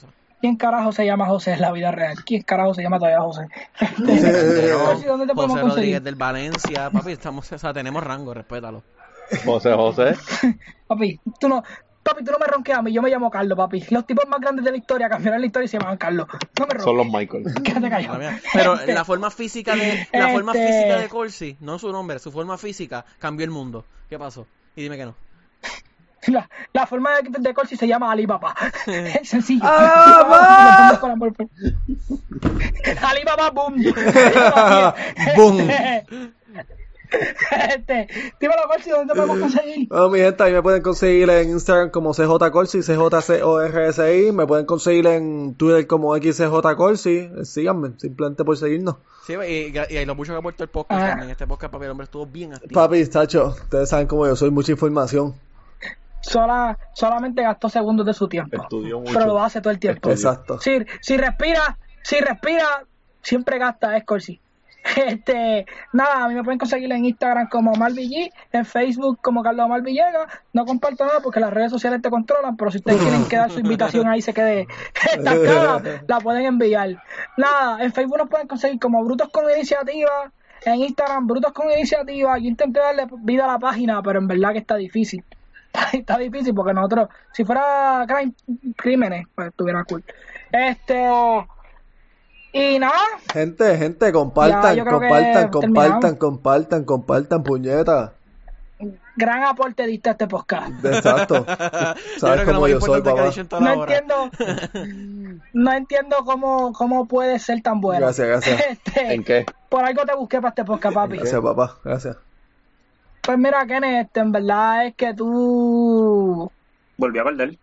¿Quién carajo se llama José en la vida real? ¿Quién carajo se llama todavía José?
Pero,
Corsi, ¿dónde te podemos
José
conseguir?
Rodríguez del Valencia, papi, estamos, o sea, tenemos rango, respétalo.
José José.
Papi, tú no, papi, tú no me ronques a mí, yo me llamo Carlos, papi. Los tipos más grandes de la historia cambiaron la historia y se llamaban Carlos. No me
Son
ronques.
los Michael.
Quédate callado.
Pero
Este,
la forma física de la forma
Este-
física de Corsi, no su nombre, su forma física cambió el mundo. ¿Qué pasó? Y dime que no.
La, la forma de, de Corsi se llama Alibaba. Es sencillo.
¡Alibaba!
Con amor, pues. Alibaba boom.
Boom.
Este, este, dímelo, Corsi, ¿dónde te podemos conseguir?
Bueno, mi gente, ahí me pueden conseguir en Instagram como C J Corsi, C J C O R S I. Me pueden conseguir en Twitter como X C J Corsi. Síganme, simplemente por seguirnos.
Sí, y, y, y lo mucho que aportó el podcast
Ah.
también. Este podcast, papi, el hombre estuvo bien activo.
Papi, tacho, ustedes saben cómo yo soy, mucha información.
Sola, solamente gastó segundos de su tiempo.
Estudió mucho.
Pero lo hace todo el tiempo.
Estudió.
Exacto.
Si, si respira, si respira, siempre gasta, es Corsi. Este, nada, a mí me pueden conseguir en Instagram como Malvig, en Facebook como Carlos Omar Villegas. No comparto nada porque las redes sociales te controlan, pero si ustedes quieren quedar su invitación ahí se quede estancada, la pueden enviar. Nada, en Facebook nos pueden conseguir como Brutos con Iniciativa, en Instagram Brutos con Iniciativa. Yo intenté darle vida a la página, pero en verdad que está difícil. Está difícil porque nosotros, si fuera crime, crímenes, pues estuviera cool. Este, y nada,
Gente, gente, compartan,
Ya, yo creo que
compartan, compartan,
terminamos.
compartan, compartan, puñeta.
gran aporte diste a este podcast.
Exacto.
Yo
Sabes
creo que lo
cómo
más
yo soy,
importante es que ha
papá.
dicho en toda
No
la hora.
entiendo, no entiendo cómo, cómo puede ser tan bueno.
Gracias, gracias.
Este,
¿En qué?
por algo te busqué para este podcast, papi.
Gracias, papá, gracias.
Pues mira, Kenneth, este, en verdad es que tú...
Volví a perder.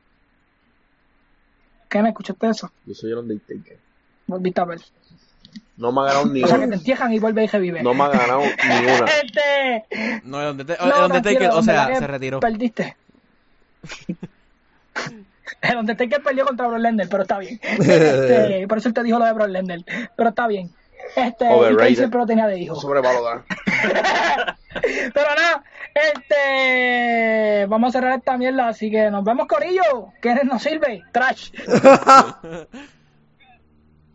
Kenneth, ¿escuchaste eso?
Yo soy el Undertaker.
Volviste a ver.
No me ha ganado ni
O sea, que te
una.
entierran y vuelve y revive.
No me ha ganado ni una.
Este...
No, el Undertaker,
No,
el Undertaker,
tranquilo,
o
en
sea,
verdad que
se retiró.
Perdiste. El Undertaker perdió contra Brock Lesnar, pero está bien. Este, por eso él te dijo lo de Brock Lesnar. Pero está bien. Este, y
Overrated.
Kane siempre lo tenía de hijo.
Sobrevalorado.
Pero nada, este, vamos a cerrar esta mierda, así que nos vemos, corillo. Que nos sirve, trash.